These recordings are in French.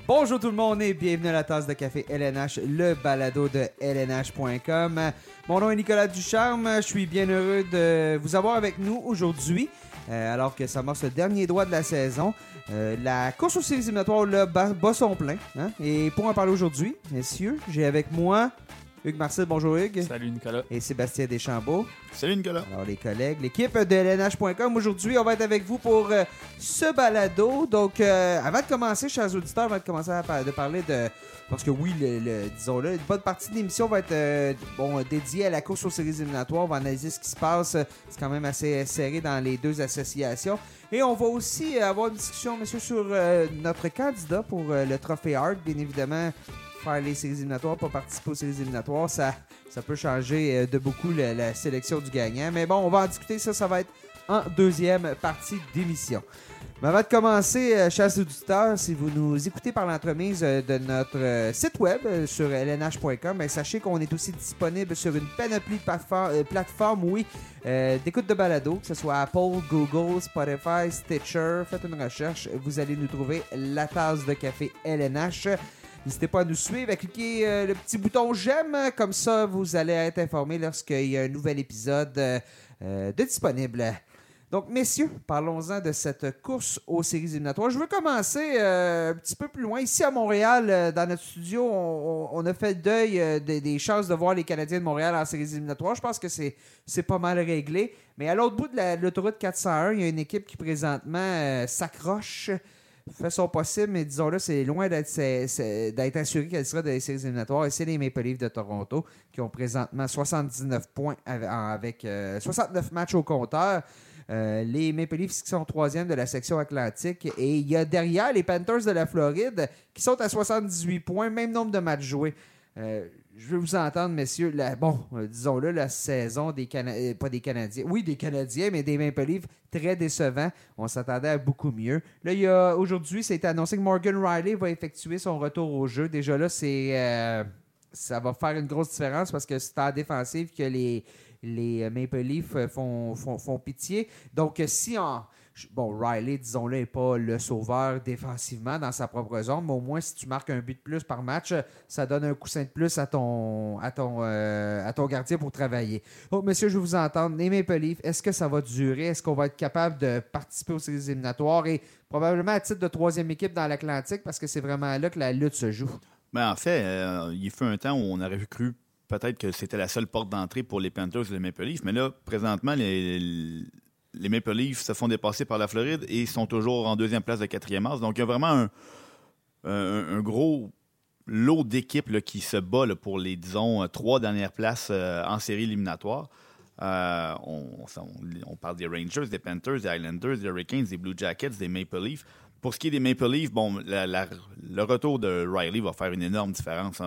Bonjour tout le monde et bienvenue à la tasse de café LNH, le balado de LNH.com. Mon nom est Nicolas Ducharme, je suis bien heureux de vous avoir avec nous aujourd'hui, alors que ça marque le dernier droit de la saison. La course aux séries éliminatoires bat son plein. Hein? Et pour en parler aujourd'hui, messieurs, j'ai avec moi Hugues Marcel. Bonjour Hugues. Salut Nicolas. Et Sébastien Deschambault. Salut Nicolas. Alors les collègues, l'équipe de LNH.com, aujourd'hui on va être avec vous pour ce balado. Donc avant de commencer, chers auditeurs, avant de commencer à parler de... Parce que oui, disons-le, une bonne partie de l'émission va être dédiée à la course aux séries éliminatoires. On va analyser ce qui se passe. C'est quand même assez serré dans les deux associations. Et on va aussi avoir une discussion, messieurs, sur notre candidat pour le trophée Hart. Bien évidemment, faire les séries éliminatoires, pas participer aux séries éliminatoires, ça peut changer de beaucoup la sélection du gagnant. Mais bon, on va en discuter. Ça va être en deuxième partie d'émission. Mais avant de commencer, chers auditeurs, si vous nous écoutez par l'entremise de notre site web sur lnh.com, sachez qu'on est aussi disponible sur une panoplie de plateformes, d'écoute de balado, que ce soit Apple, Google, Spotify, Stitcher. Faites une recherche, vous allez nous trouver la tasse de café LNH. N'hésitez pas à nous suivre, à cliquer le petit bouton j'aime, comme ça vous allez être informé lorsqu'il y a un nouvel épisode de disponible. Donc, messieurs, parlons-en de cette course aux séries éliminatoires. Je veux commencer un petit peu plus loin. Ici à Montréal, dans notre studio, on a fait le deuil des chances de voir les Canadiens de Montréal en séries éliminatoires. Je pense que c'est pas mal réglé. Mais à l'autre bout de l'autoroute 401, il y a une équipe qui présentement s'accroche, fait son possible, mais disons-le, c'est loin d'être assuré qu'elle sera dans les séries éliminatoires. Et c'est les Maple Leafs de Toronto qui ont présentement 79 points avec 69 matchs au compteur. Les Maple Leafs qui sont troisième de la section Atlantique. Et il y a derrière les Panthers de la Floride qui sont à 78 points, même nombre de matchs joués. Je veux vous entendre, messieurs. Disons-le, la saison des Canadiens, pas des Canadiens, oui, des Canadiens, mais des Maple Leafs, très décevant. On s'attendait à beaucoup mieux. Là, aujourd'hui, c'est annoncé que Morgan Rielly va effectuer son retour au jeu. Déjà là, ça va faire une grosse différence parce que c'est en défensive que les Maple Leafs font pitié. Donc, Rielly, disons-le, n'est pas le sauveur défensivement dans sa propre zone, mais au moins, si tu marques un but de plus par match, ça donne un coussin de plus à ton gardien pour travailler. Donc, messieurs, je veux vous entendre. Les Maple Leafs, est-ce que ça va durer? Est-ce qu'on va être capable de participer aux séries éliminatoires et probablement à titre de troisième équipe dans l'Atlantique parce que c'est vraiment là que la lutte se joue? En fait, il fut un temps où on aurait cru peut-être que c'était la seule porte d'entrée pour les Panthers et les Maple Leafs, mais là, présentement, les Maple Leafs se font dépasser par la Floride et sont toujours en deuxième place de quatrième as. Donc, il y a vraiment un gros lot d'équipes là, qui se bat là, pour les, disons, 3 dernières places en série éliminatoire. On parle des Rangers, des Panthers, des Islanders, des Hurricanes, des Blue Jackets, des Maple Leafs. Pour ce qui est des Maple Leafs, le retour de Rielly va faire une énorme différence.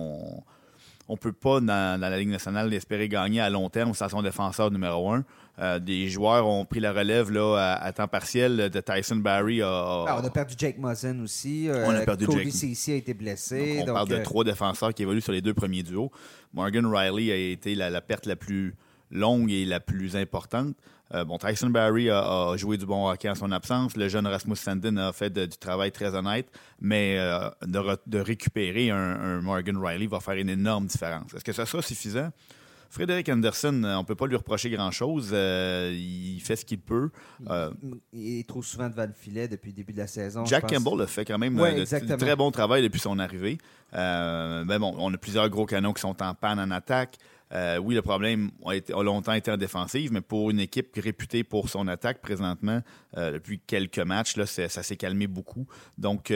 On ne peut pas, dans la Ligue nationale, espérer gagner à long terme sans son défenseur numéro 1. Des joueurs ont pris la relève là, à temps partiel de Tyson Barrie. On a perdu Jake Muzzin aussi. On a perdu Cody Jake. Ceci a été blessé. On parle de 3 défenseurs qui évoluent sur les 2 premiers duos. Morgan Rielly a été la perte la plus longue et la plus importante. Tyson Barrie a joué du bon hockey en son absence. Le jeune Rasmus Sandin a fait du travail très honnête, mais de récupérer un Morgan Rielly va faire une énorme différence. Est-ce que ça sera suffisant? Frédéric Anderson, on ne peut pas lui reprocher grand-chose. Il fait ce qu'il peut. Il est trop souvent devant le filet depuis le début de la saison. Jack Campbell a fait quand même de très bon travail depuis son arrivée. On a plusieurs gros canons qui sont en panne en attaque. Oui, le problème a longtemps été en défensive, mais pour une équipe réputée pour son attaque présentement, depuis quelques matchs, là, ça s'est calmé beaucoup. Donc,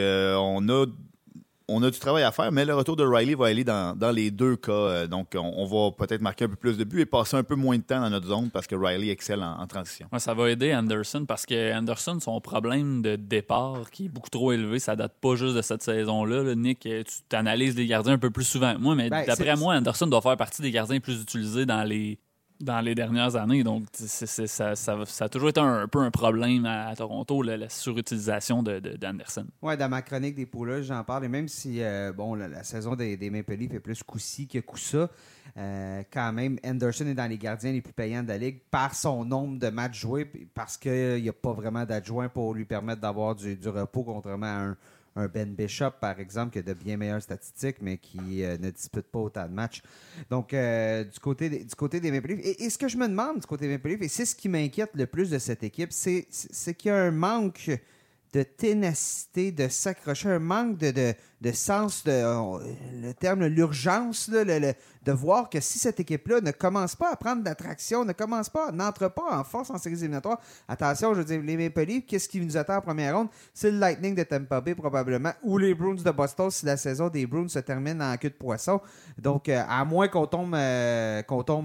on a du travail à faire, mais le retour de Rielly va aller dans les 2 cas. Donc, on va peut-être marquer un peu plus de buts et passer un peu moins de temps dans notre zone parce que Rielly excelle en transition. Ouais, ça va aider Anderson parce que Anderson, son problème de départ qui est beaucoup trop élevé, ça date pas juste de cette saison-là. Là. Nick, tu t'analyses les gardiens un peu plus souvent que moi, mais d'après moi, Anderson doit faire partie des gardiens les plus utilisés dans les dernières années. Donc, ça a toujours été un peu un problème à Toronto, la surutilisation d'Anderson. Oui, dans ma chronique des pouleurs, j'en parle. Et même si la saison des Maple Leafs est plus coup-ci que coup-ça, quand même, Anderson est dans les gardiens les plus payants de la Ligue par son nombre de matchs joués, parce qu'il n'y a pas vraiment d'adjoint pour lui permettre d'avoir du repos, contrairement à un Ben Bishop, par exemple, qui a de bien meilleures statistiques, mais qui ne dispute pas autant de matchs. Donc, du côté des Maple Leafs, et ce que je me demande du côté des Maple Leafs, et c'est ce qui m'inquiète le plus de cette équipe, c'est qu'il y a un manque de ténacité, de s'accrocher, un manque de sens, le terme, l'urgence, là, de voir que si cette équipe-là ne commence pas à prendre d'attraction, n'entre pas en force en séries éliminatoires, attention, je veux dire, les Maple Leafs, qu'est-ce qui nous attend en première ronde? C'est le Lightning de Tampa Bay, probablement, ou les Bruins de Boston, si la saison des Bruins se termine en queue de poisson. Donc, à moins qu'on tombe en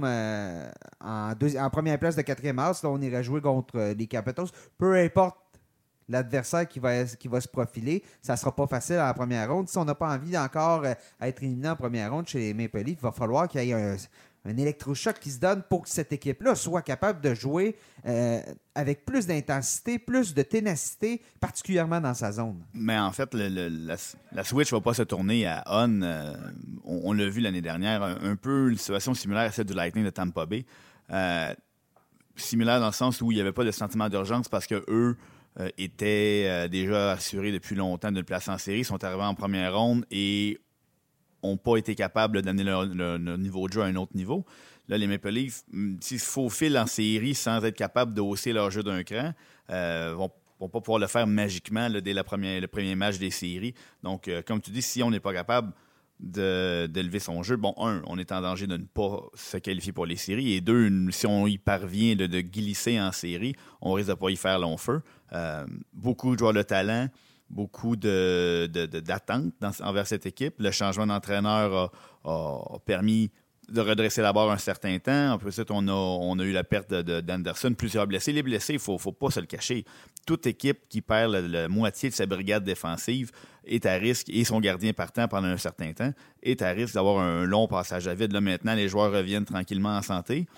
première place de 4e house, là, on irait jouer contre les Capitals. Peu importe l'adversaire qui va se profiler, ça ne sera pas facile à la première ronde. Si on n'a pas envie encore d'être éliminé en première ronde chez les Maple Leafs, il va falloir qu'il y ait un électrochoc qui se donne pour que cette équipe-là soit capable de jouer avec plus d'intensité, plus de ténacité, particulièrement dans sa zone. Mais en fait, la switch ne va pas se tourner à on. On l'a vu l'année dernière, un peu une situation similaire à celle du Lightning de Tampa Bay. Similaire dans le sens où il n'y avait pas de sentiment d'urgence parce qu'eux étaient déjà assurés depuis longtemps d'une place en série, sont arrivés en première ronde et n'ont pas été capables d'amener leur niveau de jeu à un autre niveau. Là, les Maple Leafs, s'ils se faufilent en série sans être capables de hausser leur jeu d'un cran, vont pas pouvoir le faire magiquement là, dès le premier match des séries. Donc, comme tu dis, si on n'est pas capable d'élever son jeu, on est en danger de ne pas se qualifier pour les séries. Et deux, si on y parvient de glisser en série, on risque de ne pas y faire long feu. Beaucoup de joueurs de talent, beaucoup d'attentes envers cette équipe. Le changement d'entraîneur a permis de redresser la barre un certain temps. En plus, on a eu la perte d'Anderson, plusieurs blessés. Les blessés, il ne faut pas se le cacher. Toute équipe qui perd la moitié de sa brigade défensive est à risque, et son gardien partant pendant un certain temps, est à risque d'avoir un long passage à vide. Là, maintenant, les joueurs reviennent tranquillement en santé.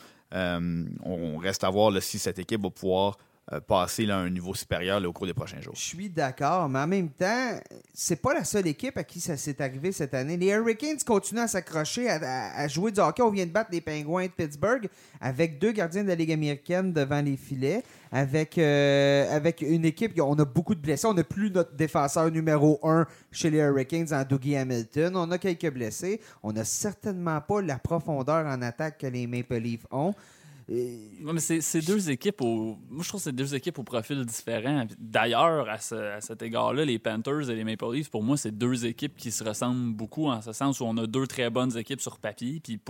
On reste à voir là, si cette équipe va pouvoir passer là, à un niveau supérieur là, au cours des prochains jours. Je suis d'accord, mais en même temps, c'est pas la seule équipe à qui ça s'est arrivé cette année. Les Hurricanes continuent à s'accrocher, à jouer du hockey. On vient de battre les Penguins de Pittsburgh avec 2 gardiens de la Ligue américaine devant les filets, avec une équipe, on a beaucoup de blessés. On n'a plus notre défenseur numéro 1 chez les Hurricanes en Dougie Hamilton. On a quelques blessés. On n'a certainement pas la profondeur en attaque que les Maple Leafs ont. Ouais, mais c'est deux équipes moi, je trouve que c'est 2 équipes au profil différent. D'ailleurs, à cet égard-là, les Panthers et les Maple Leafs, pour moi, c'est 2 équipes qui se ressemblent beaucoup en ce sens où on a 2 très bonnes équipes sur papier. Puis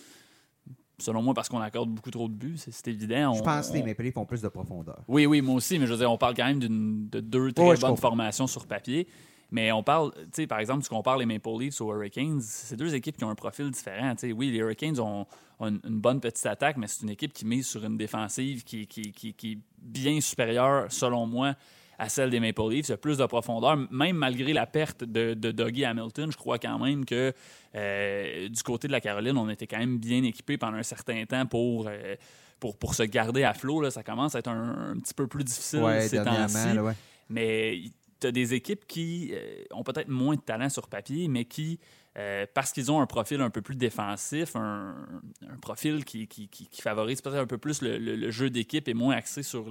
selon moi, parce qu'on accorde beaucoup trop de buts, c'est évident. Je pense que les Maple Leafs ont plus de profondeur. Oui, moi aussi, mais je veux dire, on parle quand même de 2 très bonnes formations sur papier. Mais on parle, tu sais, par exemple, tu compares les Maple Leafs aux Hurricanes, c'est 2 équipes qui ont un profil différent. Tu sais, oui, les Hurricanes ont une bonne petite attaque, mais c'est une équipe qui mise sur une défensive qui est bien supérieure, selon moi, à celle des Maple Leafs. Il y a plus de profondeur. Même malgré la perte de Dougie Hamilton, je crois quand même que du côté de la Caroline, on était quand même bien équipés pendant un certain temps pour se garder à flot. Là. Ça commence à être un petit peu plus difficile ces temps-ci. Là, ouais. Mais tu as des équipes qui ont peut-être moins de talent sur papier, mais qui, parce qu'ils ont un profil un peu plus défensif, un profil qui favorise peut-être un peu plus le jeu d'équipe et moins axé sur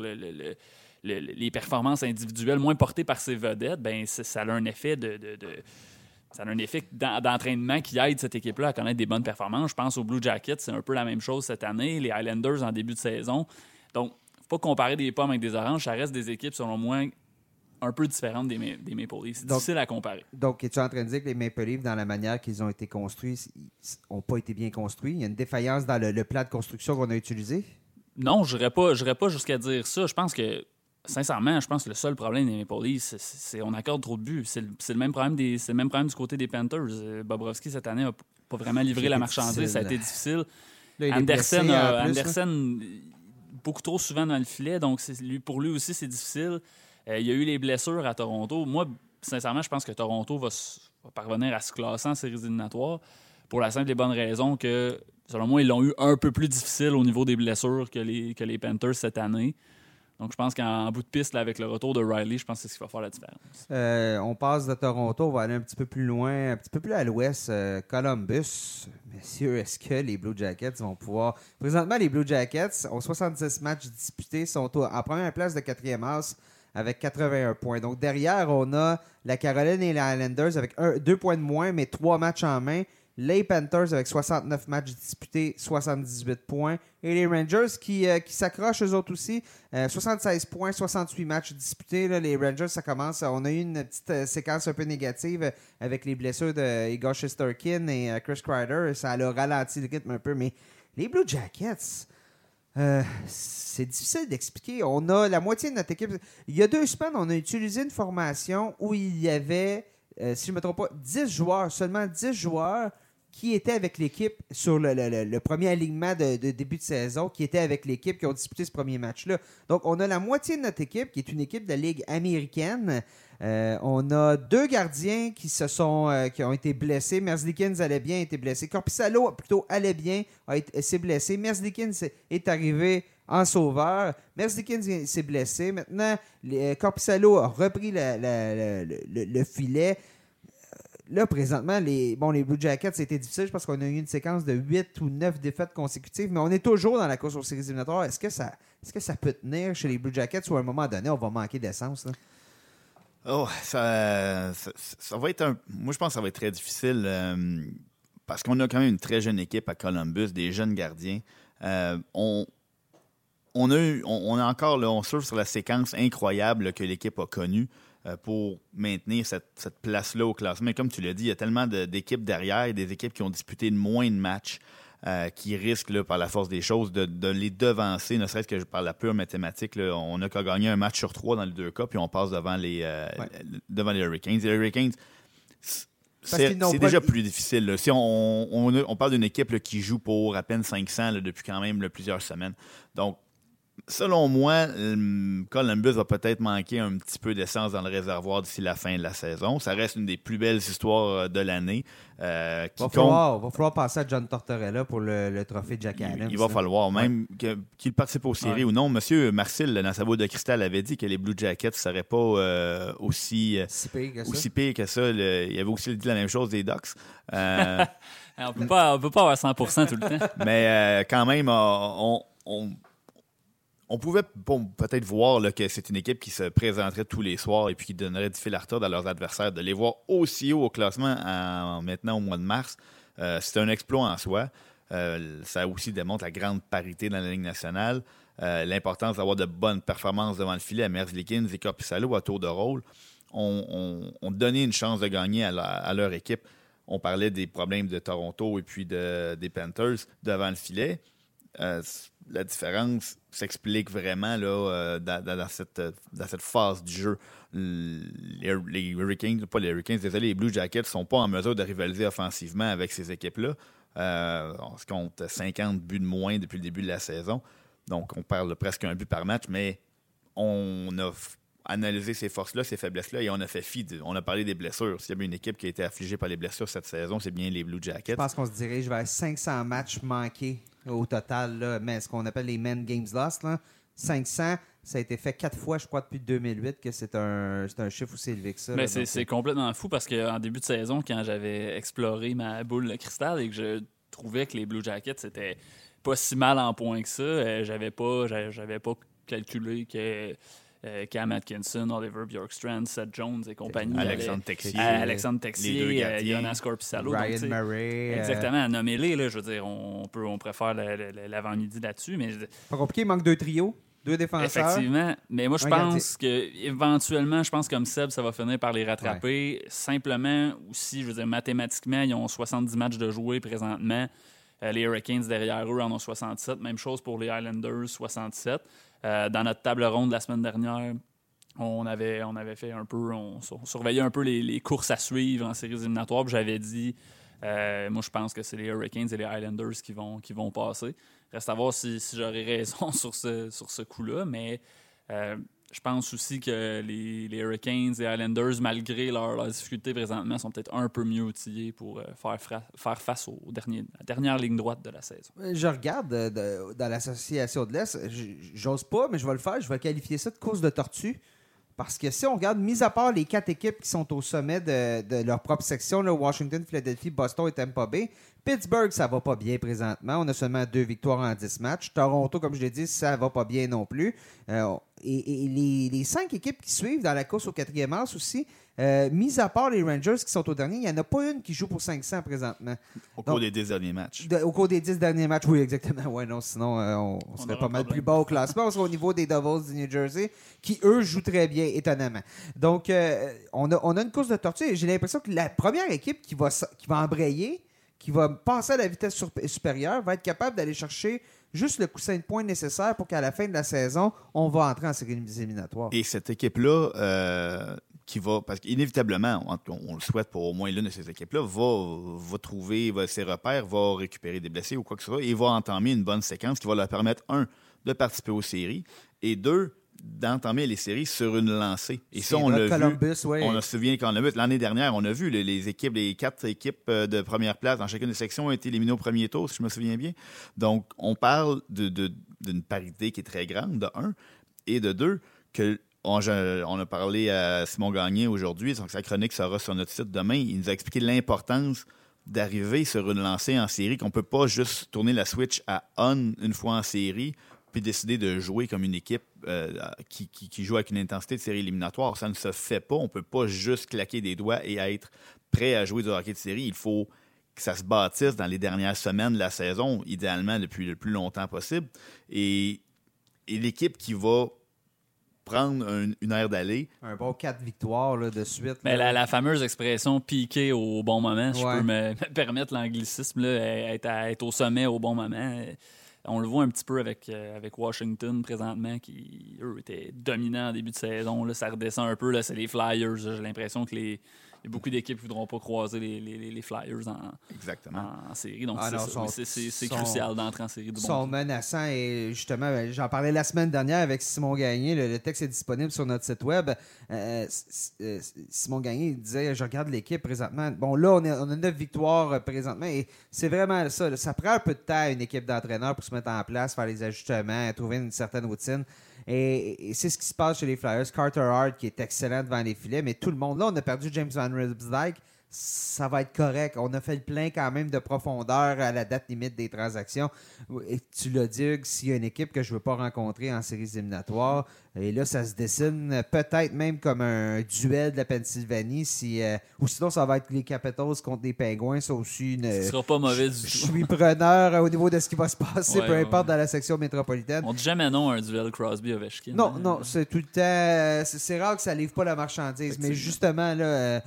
les performances individuelles, moins portées par ses vedettes, ben ça a un effet ça a un effet d'entraînement qui aide cette équipe-là à connaître des bonnes performances. Je pense aux Blue Jackets, c'est un peu la même chose cette année. Les Highlanders en début de saison. Donc, il ne faut pas comparer des pommes avec des oranges. Ça reste des équipes, selon moi, un peu différentes des Maple Leafs. C'est difficile à comparer. Donc, es-tu en train de dire que les Maple Leafs, dans la manière qu'ils ont été construits, n'ont pas été bien construits? Il y a une défaillance dans le plan de construction qu'on a utilisé? Non, je n'irais pas jusqu'à dire ça. Je pense que, sincèrement, le seul problème des Maple Leafs, c'est qu'on accorde trop de buts. C'est le même problème du côté des Panthers. Bobrovsky, cette année, n'a pas vraiment livré la marchandise. Ça a été difficile. Là, Anderson, beaucoup trop souvent dans le filet, donc pour lui aussi, c'est difficile. Il y a eu les blessures à Toronto. Moi, sincèrement, je pense que Toronto va parvenir à se classer en séries éliminatoires pour la simple et bonne raison que, selon moi, ils l'ont eu un peu plus difficile au niveau des blessures que les Panthers cette année. Donc, je pense qu'en bout de piste, là, avec le retour de Riley, je pense que c'est ce qui va faire la différence. On passe de Toronto, on va aller un petit peu plus loin, un petit peu plus à l'ouest. Columbus. Messieurs, est-ce que les Blue Jackets vont pouvoir... Présentement, les Blue Jackets ont 70 matchs disputés, sont en première place de 4e as avec 81 points. Donc derrière, on a la Caroline et les Islanders avec 2 points de moins, mais 3 matchs en main. Les Panthers avec 69 matchs disputés, 78 points. Et les Rangers qui s'accrochent eux autres aussi. 76 points, 68 matchs disputés. Là, les Rangers, ça commence. On a eu une petite séquence un peu négative avec les blessures de Igor Shesterkin et Chris Kreider. Ça a ralenti le rythme un peu. Mais les Blue Jackets, c'est difficile d'expliquer. On a la moitié de notre équipe. Il y a 2 semaines, on a utilisé une formation où il y avait, si je ne me trompe pas, 10 joueurs, seulement 10 joueurs qui étaient avec l'équipe sur le premier alignement de début de saison, qui étaient avec l'équipe, qui ont disputé ce premier match-là. Donc, on a la moitié de notre équipe, qui est une équipe de la Ligue américaine. On a 2 gardiens qui ont été blessés. Merzlikins allait bien, a été blessé. Korpisalo, plutôt, allait bien, s'est blessé. Merzlikins est arrivé en sauveur. Merzlikins s'est blessé. Maintenant, Korpisalo a repris le filet. Là, présentement, les Blue Jackets, c'était difficile parce qu'on a eu une séquence de 8 ou 9 défaites consécutives, mais on est toujours dans la course aux séries éliminatoires. Est-ce que ça peut tenir chez les Blue Jackets ou à un moment donné, on va manquer d'essence? Là? Oh, ça va être moi, je pense que ça va être très difficile parce qu'on a quand même une très jeune équipe à Columbus, des jeunes gardiens. On surfe sur la séquence incroyable que l'équipe a connue pour maintenir cette place-là au classement. Mais comme tu l'as dit, il y a tellement d'équipes derrière et des équipes qui ont disputé moins de matchs qui risquent, là, par la force des choses, de les devancer, ne serait-ce que par la pure mathématique. Là, on n'a qu'à gagner un match sur 3 dans les 2 cas, puis on passe devant les Hurricanes. Les Hurricanes, c'est déjà plus difficile. Là. Si on parle d'une équipe là, qui joue pour à peine 500 là, depuis quand même plusieurs semaines. Donc, selon moi, Columbus va peut-être manquer un petit peu d'essence dans le réservoir d'ici la fin de la saison. Ça reste une des plus belles histoires de l'année. Va falloir passer à John Tortorella pour le trophée Jack Adams. Il va falloir, même qu'il participe aux séries ou non. Monsieur Marcil, dans sa boule de cristal, avait dit que les Blue Jackets ne seraient pas aussi pires que ça. Il avait aussi dit la même chose des Ducks. On peut pas avoir 100% tout le temps. Mais quand même, on pouvait peut-être voir là, que c'est une équipe qui se présenterait tous les soirs et puis qui donnerait du fil à retordre à leurs adversaires. De les voir aussi haut au classement maintenant au mois de mars, c'est un exploit en soi. Ça aussi démontre la grande parité dans la Ligue nationale, l'importance d'avoir de bonnes performances devant le filet à Merzlikins et Korpisalo à tour de rôle. On donnait une chance de gagner à leur équipe. On parlait des problèmes de Toronto et puis des Panthers devant le filet. La différence s'explique vraiment là, dans cette phase du jeu. Les Hurricanes, pas les Hurricanes, désolé, les Blue Jackets ne sont pas en mesure de rivaliser offensivement avec ces équipes-là. On se compte 50 buts de moins depuis le début de la saison. Donc, on parle de presque un but par match, mais on a analysé ces forces-là, ces faiblesses-là, et on a fait fi. On a parlé des blessures. S'il y avait une équipe qui a été affligée par les blessures cette saison, c'est bien les Blue Jackets. Je pense qu'on se dirige vers 500 matchs manqués au total, là, mais ce qu'on appelle les Men Games Lost. Là. 500, ça a été fait 4 fois, je crois, depuis 2008, que c'est un chiffre aussi élevé que ça. Mais là, c'est complètement fou parce qu'en début de saison, quand j'avais exploré ma boule de cristal et que je trouvais que les Blue Jackets c'était pas si mal en points que ça, j'avais pas calculé que Cam Atkinson, Oliver Bjorkstrand, Seth Jones et compagnie. Alexandre Texier, Jonas Korpisalo. Ryan Murray. Exactement, nommez-les. Là, je veux dire, on préfère l'avant-midi là-dessus. Mais pas compliqué, il manque 2 trios, 2 défenseurs. Effectivement. Mais moi, je pense qu'éventuellement, comme Seb, ça va finir par les rattraper. Ouais. Simplement, aussi, je veux dire, mathématiquement, ils ont 70 matchs de jouer présentement. Les Hurricanes derrière eux en ont 67. Même chose pour les Islanders, 67. Dans notre table ronde la semaine dernière, on avait fait un peu, on surveillait un peu les courses à suivre en séries éliminatoires. J'avais dit, moi je pense que c'est les Hurricanes et les Islanders qui vont passer. Reste à voir si j'aurais raison sur ce coup-là, mais je pense aussi que les Hurricanes et les Islanders, malgré leurs difficultés présentement, sont peut-être un peu mieux outillés pour faire face à la dernière ligne droite de la saison. Je regarde dans l'association de l'Est, j'ose pas, mais je vais le faire. Je vais qualifier ça de course de tortue Parce que si on regarde, mis à part les 4 équipes qui sont au sommet de leur propre section, là, Washington, Philadelphie, Boston et Tampa Bay, Pittsburgh, ça va pas bien présentement. On a seulement 2 victoires en 10 matchs. Toronto, comme je l'ai dit, ça va pas bien non plus. Et les 5 équipes qui suivent dans la course au 4e as aussi, mis à part les Rangers qui sont au dernier, il n'y en a pas une qui joue pour 500 présentement. Au cours des 10 derniers matchs. Au cours des 10 derniers matchs, oui, exactement. Ouais, non, sinon, on serait pas mal plus bas au classement. On serait au niveau des Devils du New Jersey, qui, eux, jouent très bien, étonnamment. Donc, on a une course de tortue. J'ai l'impression que la première équipe qui va embrayer, qui va passer à la vitesse supérieure, va être capable d'aller chercher juste le coussin de points nécessaire pour qu'à la fin de la saison, on va entrer en séries éliminatoires. Et cette équipe-là, qui va, parce qu'inévitablement, on le souhaite pour au moins l'une de ces équipes-là, va trouver ses repères, va récupérer des blessés ou quoi que ce soit, et va entamer une bonne séquence qui va leur permettre, 1, de participer aux séries, et 2, d'entamer les séries sur une lancée. Et ça, on l'a Columbus, vu. Ouais. On se souvient quand l'année dernière, on a vu les 4 équipes de première place dans chacune des sections ont été éliminées au premier tour, si je me souviens bien. Donc, on parle d'une parité qui est très grande, de 1, et de 2, que on a parlé à Simon Gagné aujourd'hui, donc sa chronique sera sur notre site demain. Il nous a expliqué l'importance d'arriver sur une lancée en série, qu'on ne peut pas juste tourner la switch à on une fois en série, puis décider de jouer comme une équipe qui joue avec une intensité de série éliminatoire. Ça ne se fait pas. On ne peut pas juste claquer des doigts et être prêt à jouer du hockey de série. Il faut que ça se bâtisse dans les dernières semaines de la saison, idéalement depuis le plus longtemps possible. Et l'équipe qui va prendre une aire d'aller. Un bon 4 victoires là, de suite. Mais la fameuse expression « piquer au bon moment », si je Ouais. peux me permettre l'anglicisme, là, être au sommet au bon moment. On le voit un petit peu avec Washington présentement, qui, eux, étaient dominants en début de saison. Là, ça redescend un peu. Là, c'est les Flyers. Là. J'ai l'impression que il y a beaucoup d'équipes qui ne voudront pas croiser les Flyers en série. Donc, c'est crucial d'entrer en série. Ils sont menaçants. Et justement, j'en parlais la semaine dernière avec Simon Gagné. Le texte est disponible sur notre site web. Simon Gagné disait, je regarde l'équipe présentement. Bon, là, on a 9 victoires présentement. Et c'est vraiment ça. Là. Ça prend un peu de temps à une équipe d'entraîneurs pour se mettre en place, faire les ajustements, trouver une certaine routine. Et c'est ce qui se passe chez les Flyers. Carter Hart, qui est excellent devant les filets, mais tout le monde, là, on a perdu James Van Riemsdyk. Ça va être correct. On a fait le plein quand même de profondeur à la date limite des transactions. Et tu l'as dit, Hugues, s'il y a une équipe que je ne veux pas rencontrer en séries éliminatoires, et là, ça se dessine peut-être même comme un duel de la Pennsylvanie, ou sinon, ça va être les Capitals contre les Penguins. Ça aussi, ce ne sera pas mauvais du tout. Je suis preneur au niveau de ce qui va se passer, peu importe dans la section métropolitaine. On ne dit jamais non à un duel Crosby-Ovechkin. Non, c'est tout le temps... C'est rare que ça livre pas la marchandise, mais justement, là...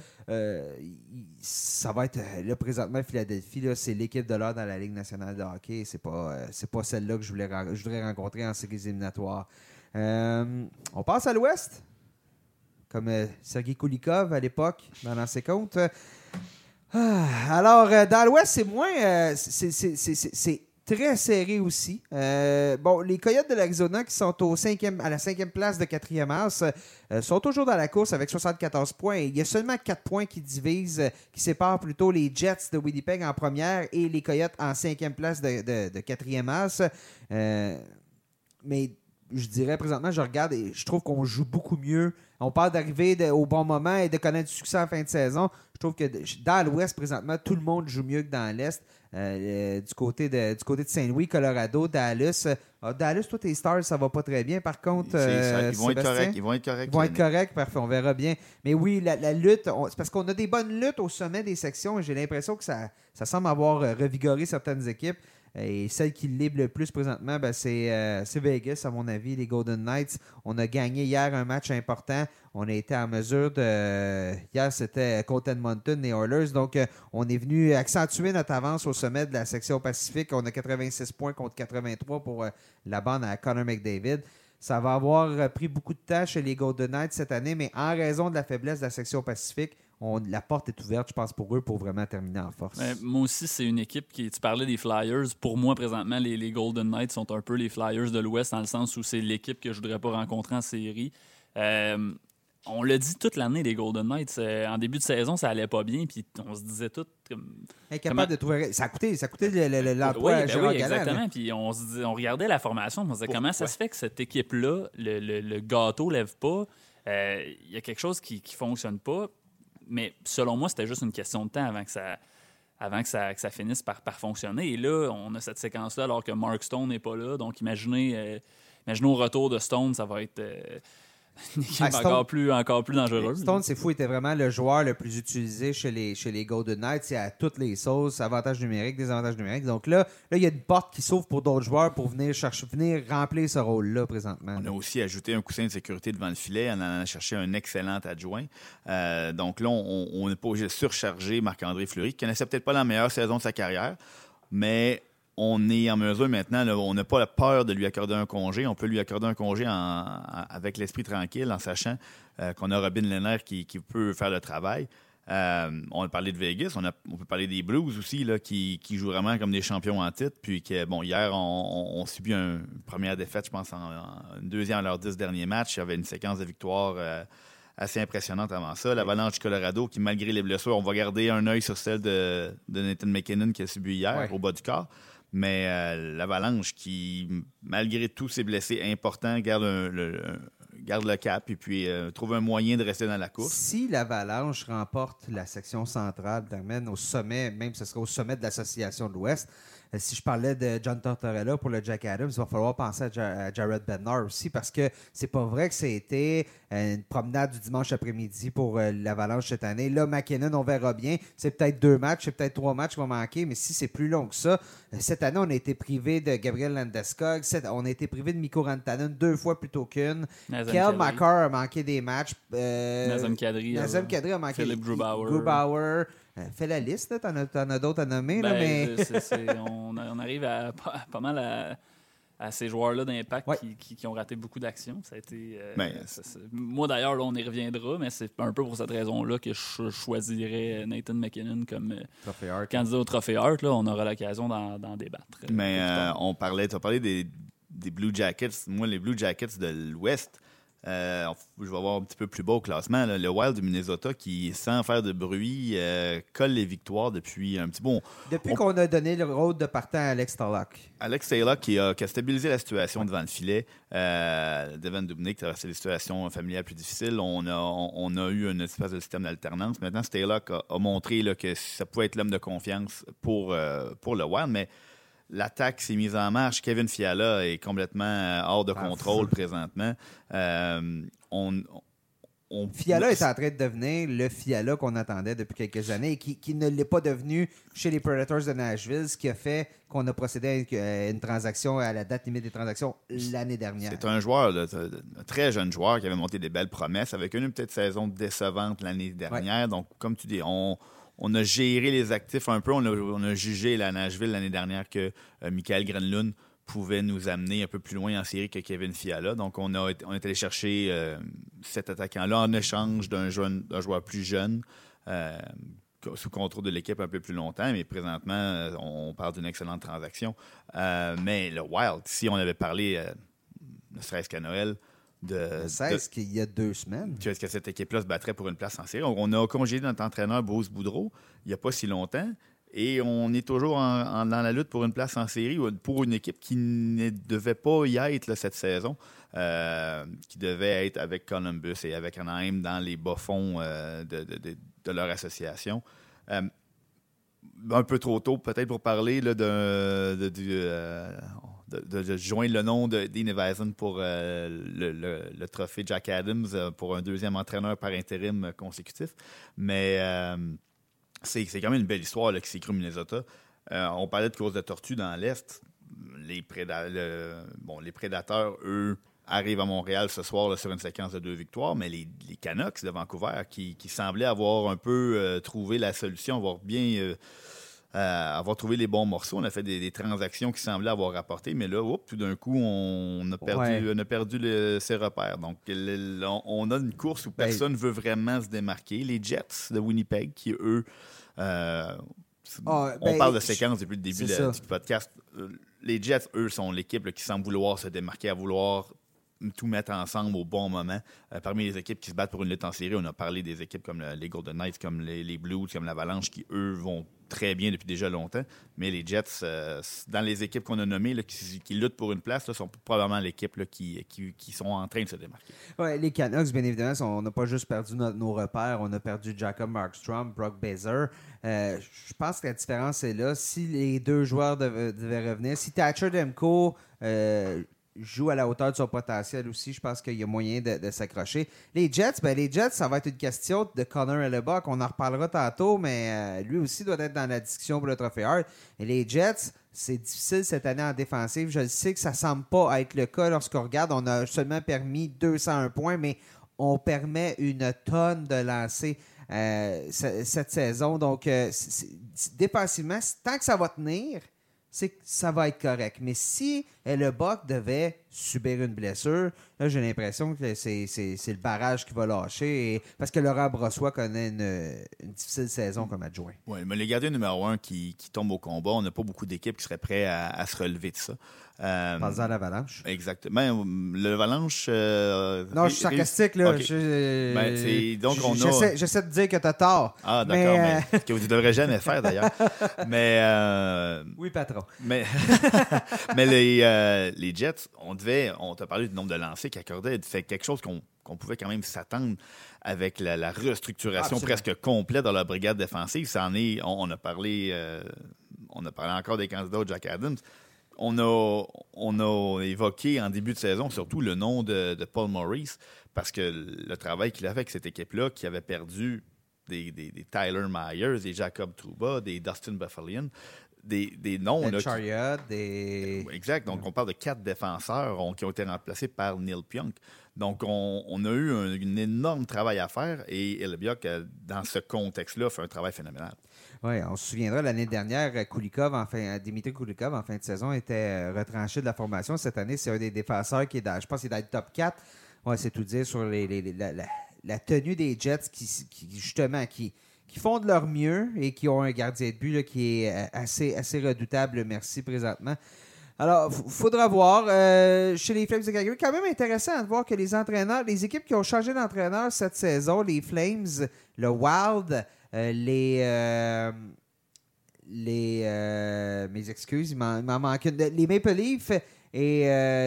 ça va être là présentement Philadelphie, là, c'est l'équipe de l'heure dans la Ligue nationale de hockey. C'est pas celle-là que je voudrais rencontrer en séries éliminatoires. On passe à l'Ouest, comme Sergei Kulikov à l'époque dans l'ancien compte. Alors dans l'Ouest, c'est moins c'est très serré aussi. Les Coyotes de l'Arizona qui sont à la 5e place de 4e as sont toujours dans la course avec 74 points. Il y a seulement 4 points qui séparent plutôt les Jets de Winnipeg en première et les Coyotes en 5e place de 4e as. Mais je dirais présentement, je regarde et je trouve qu'on joue beaucoup mieux. On parle d'arriver au bon moment et de connaître du succès en fin de saison. Je trouve que dans l'Ouest, présentement, tout le monde joue mieux que dans l'Est. Du côté de Saint-Louis, Colorado, Dallas. Dallas, toi, tes Stars, ça va pas très bien. Par contre, ils vont être corrects. Ils vont être corrects, parfait, on verra bien. Mais oui, la lutte, c'est parce qu'on a des bonnes luttes au sommet des sections et j'ai l'impression que ça semble avoir revigoré certaines équipes. Et celle qui libre le plus présentement, c'est Vegas, à mon avis, les Golden Knights. On a gagné hier un match important. On a été en mesure de... Hier, c'était contre Edmonton, les Oilers. Donc, on est venu accentuer notre avance au sommet de la section Pacifique. On a 86 points contre 83 pour la bande à Connor McDavid. Ça va avoir pris beaucoup de temps chez les Golden Knights cette année, mais en raison de la faiblesse de la section Pacifique, la porte est ouverte, je pense, pour eux, pour vraiment terminer en force. Moi aussi, c'est une équipe tu parlais des Flyers. Pour moi, présentement, les Golden Knights sont un peu les Flyers de l'Ouest, dans le sens où c'est l'équipe que je ne voudrais pas rencontrer en série. On l'a dit toute l'année, les Golden Knights. En début de saison, ça allait pas bien, puis on se disait tout... Incapable de trouver... Ça a coûté l'emploi à Gérard Galland. Exactement. Puis on regardait la formation, on se disait comment ça se fait que cette équipe-là, le gâteau lève pas. Il y a quelque chose qui ne fonctionne pas, mais selon moi, c'était juste une question de temps avant que ça finisse par fonctionner. Et là, on a cette séquence-là alors que Mark Stone n'est pas là. Donc, imaginez au retour de Stone, ça va être une équipe encore plus dangereuse. Stone, c'est fou, il était vraiment le joueur le plus utilisé chez les Golden Knights. C'est à toutes les sauces, avantages numériques, désavantages numériques. Donc là, il y a une porte qui s'ouvre pour d'autres joueurs pour venir remplir ce rôle-là présentement. On a aussi ajouté un coussin de sécurité devant le filet en allant chercher un excellent adjoint. Donc là, on n'est pas obligé de surcharger Marc-André Fleury, qui connaissait peut-être pas la meilleure saison de sa carrière, mais on est en mesure maintenant, là, on n'a pas la peur de lui accorder un congé. On peut lui accorder un congé avec l'esprit tranquille, en sachant qu'on a Robin Lehner qui peut faire le travail. On a parlé de Vegas, on peut parler des Blues aussi, là, qui jouent vraiment comme des champions en titre. Puis que, hier, on subit une première défaite, je pense, une deuxième à leurs 10 derniers matchs. Il y avait une séquence de victoires assez impressionnante avant ça. L'Avalanche du Colorado, qui, malgré les blessures, on va garder un œil sur celle de Nathan MacKinnon qui a subi hier au bas du corps. Mais l'Avalanche qui, malgré tous ses blessés importants, garde le cap et puis trouve un moyen de rester dans la course. Si l'Avalanche remporte la section centrale, t'amène au sommet, même ce serait au sommet de l'Association de l'Ouest. Si je parlais de John Tortorella pour le Jack Adams, il va falloir penser à Jared Bednar aussi parce que c'est pas vrai que c'était une promenade du dimanche après-midi pour l'Avalanche cette année. Là, MacKinnon, on verra bien. C'est peut-être 2 matchs, c'est peut-être 3 matchs qui vont manquer, mais si c'est plus long que ça, cette année, on a été privé de Gabriel Landeskog, on a été privé de Mikko Rantanen 2 fois plutôt qu'une. Kel McCarr a manqué des matchs. Nazem Kadri a manqué. Philippe Grubauer. Fais la liste, là. T'en as d'autres à nommer. Là, mais... on arrive à pas mal à ces joueurs-là d'impact qui ont raté beaucoup d'actions. Ça a été, moi, d'ailleurs, là, on y reviendra, mais c'est un peu pour cette raison-là que je choisirais Nathan MacKinnon comme candidat au Trophée Hart. Là, on aura l'occasion d'en débattre. Mais tu as parlé des Blue Jackets. Moi, les Blue Jackets de l'Ouest, je vais avoir un petit peu plus bas au classement. Là, le Wild du Minnesota qui, sans faire de bruit, colle les victoires depuis un petit bon... Depuis qu'on a donné le rôle de partant à Alex Stalock. Alex Stalock qui a stabilisé la situation devant le filet. Devin Dubnyk qui a resté des situations familiales plus difficiles. On a eu une espèce de système d'alternance. Maintenant, Stalock a montré là, que ça pouvait être l'homme de confiance pour le Wild, mais l'attaque s'est mise en marche. Kevin Fiala est complètement hors de contrôle présentement. Fiala est en train de devenir le Fiala qu'on attendait depuis quelques années et qui ne l'est pas devenu chez les Predators de Nashville, ce qui a fait qu'on a procédé à une transaction à la date limite des transactions l'année dernière. C'est un joueur, là, un très jeune joueur qui avait monté des belles promesses avec une petite saison décevante l'année dernière. Donc, comme tu dis, on a géré les actifs un peu. On a jugé la Nashville l'année dernière que Mikael Granlund pouvait nous amener un peu plus loin en série que Kevin Fiala. Donc, on est allé chercher cet attaquant-là en échange d'un joueur plus jeune, sous contrôle de l'équipe un peu plus longtemps. Mais présentement, on parle d'une excellente transaction. Mais le Wild, si on avait parlé, ne serait-ce qu'à Noël, qu'il y a 2 semaines. Est-ce que cette équipe-là se battrait pour une place en série? On a congédié notre entraîneur Bruce Boudreau il n'y a pas si longtemps et on est toujours dans la lutte pour une place en série pour une équipe qui ne devait pas y être là, cette saison, qui devait être avec Columbus et avec Anaheim dans les bas-fonds de leur association. Un peu trop tôt peut-être pour parler là, de joindre le nom de Dean Evason pour le trophée Jack Adams pour un deuxième entraîneur par intérim consécutif. Mais c'est quand même une belle histoire là, qui s'est écrite au Minnesota. On parlait de course de tortue dans l'Est. Les Prédateurs, eux, arrivent à Montréal ce soir là, sur une séquence de 2 victoires, mais les Canucks de Vancouver qui semblaient avoir un peu trouvé la solution, avoir trouvé les bons morceaux. On a fait des transactions qui semblaient avoir rapporté, mais là, tout d'un coup, on a perdu ses repères. Donc, on a une course où personne ne veut vraiment se démarquer. Les Jets de Winnipeg, qui, eux, on parle de séquence depuis le début du podcast. Les Jets, eux, sont l'équipe là, qui semble vouloir se démarquer, à vouloir tout mettre ensemble au bon moment. Parmi les équipes qui se battent pour une lutte en série, on a parlé des équipes comme les Golden Knights, comme les Blues, comme l'Avalanche, qui, eux, vont très bien depuis déjà longtemps. Mais les Jets, dans les équipes qu'on a nommées là, qui luttent pour une place, là, sont probablement l'équipe là, qui sont en train de se démarquer. Ouais, les Canucks, bien évidemment, on n'a pas juste perdu nos repères, on a perdu Jacob Markstrom, Brock Besser. Je pense que la différence est là. Si les deux joueurs devaient revenir, si Thatcher Demko joue à la hauteur de son potentiel aussi, je pense qu'il y a moyen de s'accrocher. Les Jets, ça va être une question de Connor Hellebuyck. On en reparlera tantôt, mais lui aussi doit être dans la discussion pour le Trophée Hart. Et les Jets, c'est difficile cette année en défensive. Je sais que ça ne semble pas être le cas lorsqu'on regarde. On a seulement permis 201 points, mais on permet une tonne de lancers cette saison. Donc, défensivement, tant que ça va tenir, c'est que ça va être correct. Mais si le Buck devait subir une blessure, là, j'ai l'impression que c'est le barrage qui va lâcher. Parce que Laurent Brossoit connaît une difficile saison comme adjoint. Oui, mais les gardiens numéro 1 qui tombent au combat, on n'a pas beaucoup d'équipes qui seraient prêtes à se relever de ça. Pensant à l'Avalanche. Exactement. L'Avalanche... non, je suis sarcastique, là. Okay. Donc, j'essaie de dire que t'as tort. Ah, d'accord. Mais ce que vous ne devrez jamais faire, d'ailleurs. Mais... oui, patron. Mais les Jets, on t'a parlé du nombre de lancers qu'ils accordaient. C'est quelque chose qu'on pouvait quand même s'attendre avec la restructuration presque complète dans la brigade défensive. On a parlé encore des candidats au Jack Adams. On a évoqué en début de saison surtout le nom de Paul Maurice parce que le travail qu'il a fait avec cette équipe-là, qui avait perdu des Tyler Myers, des Jacob Trouba, des Dustin Buffalion, des noms. Chariot, Exact. Donc, on parle de 4 défenseurs qui ont été remplacés par Neil Pionk. Donc, on a eu un énorme travail à faire et Hellebuyck, dans ce contexte-là, fait un travail phénoménal. Oui, on se souviendra, l'année dernière, Dimitri Kulikov, en fin de saison, était retranché de la formation. Cette année, c'est un des défenseurs qui est je pense qu'il est dans le top 4. Ouais, c'est tout dire sur la tenue des Jets qui font de leur mieux et qui ont un gardien de but là, qui est assez redoutable, merci, présentement. Alors, il faudra voir. Chez les Flames de Calgary, quand même intéressant de voir que les équipes qui ont changé d'entraîneur cette saison, les Flames, le Wild, mes excuses, il m'en manque une. Les Maple Leafs et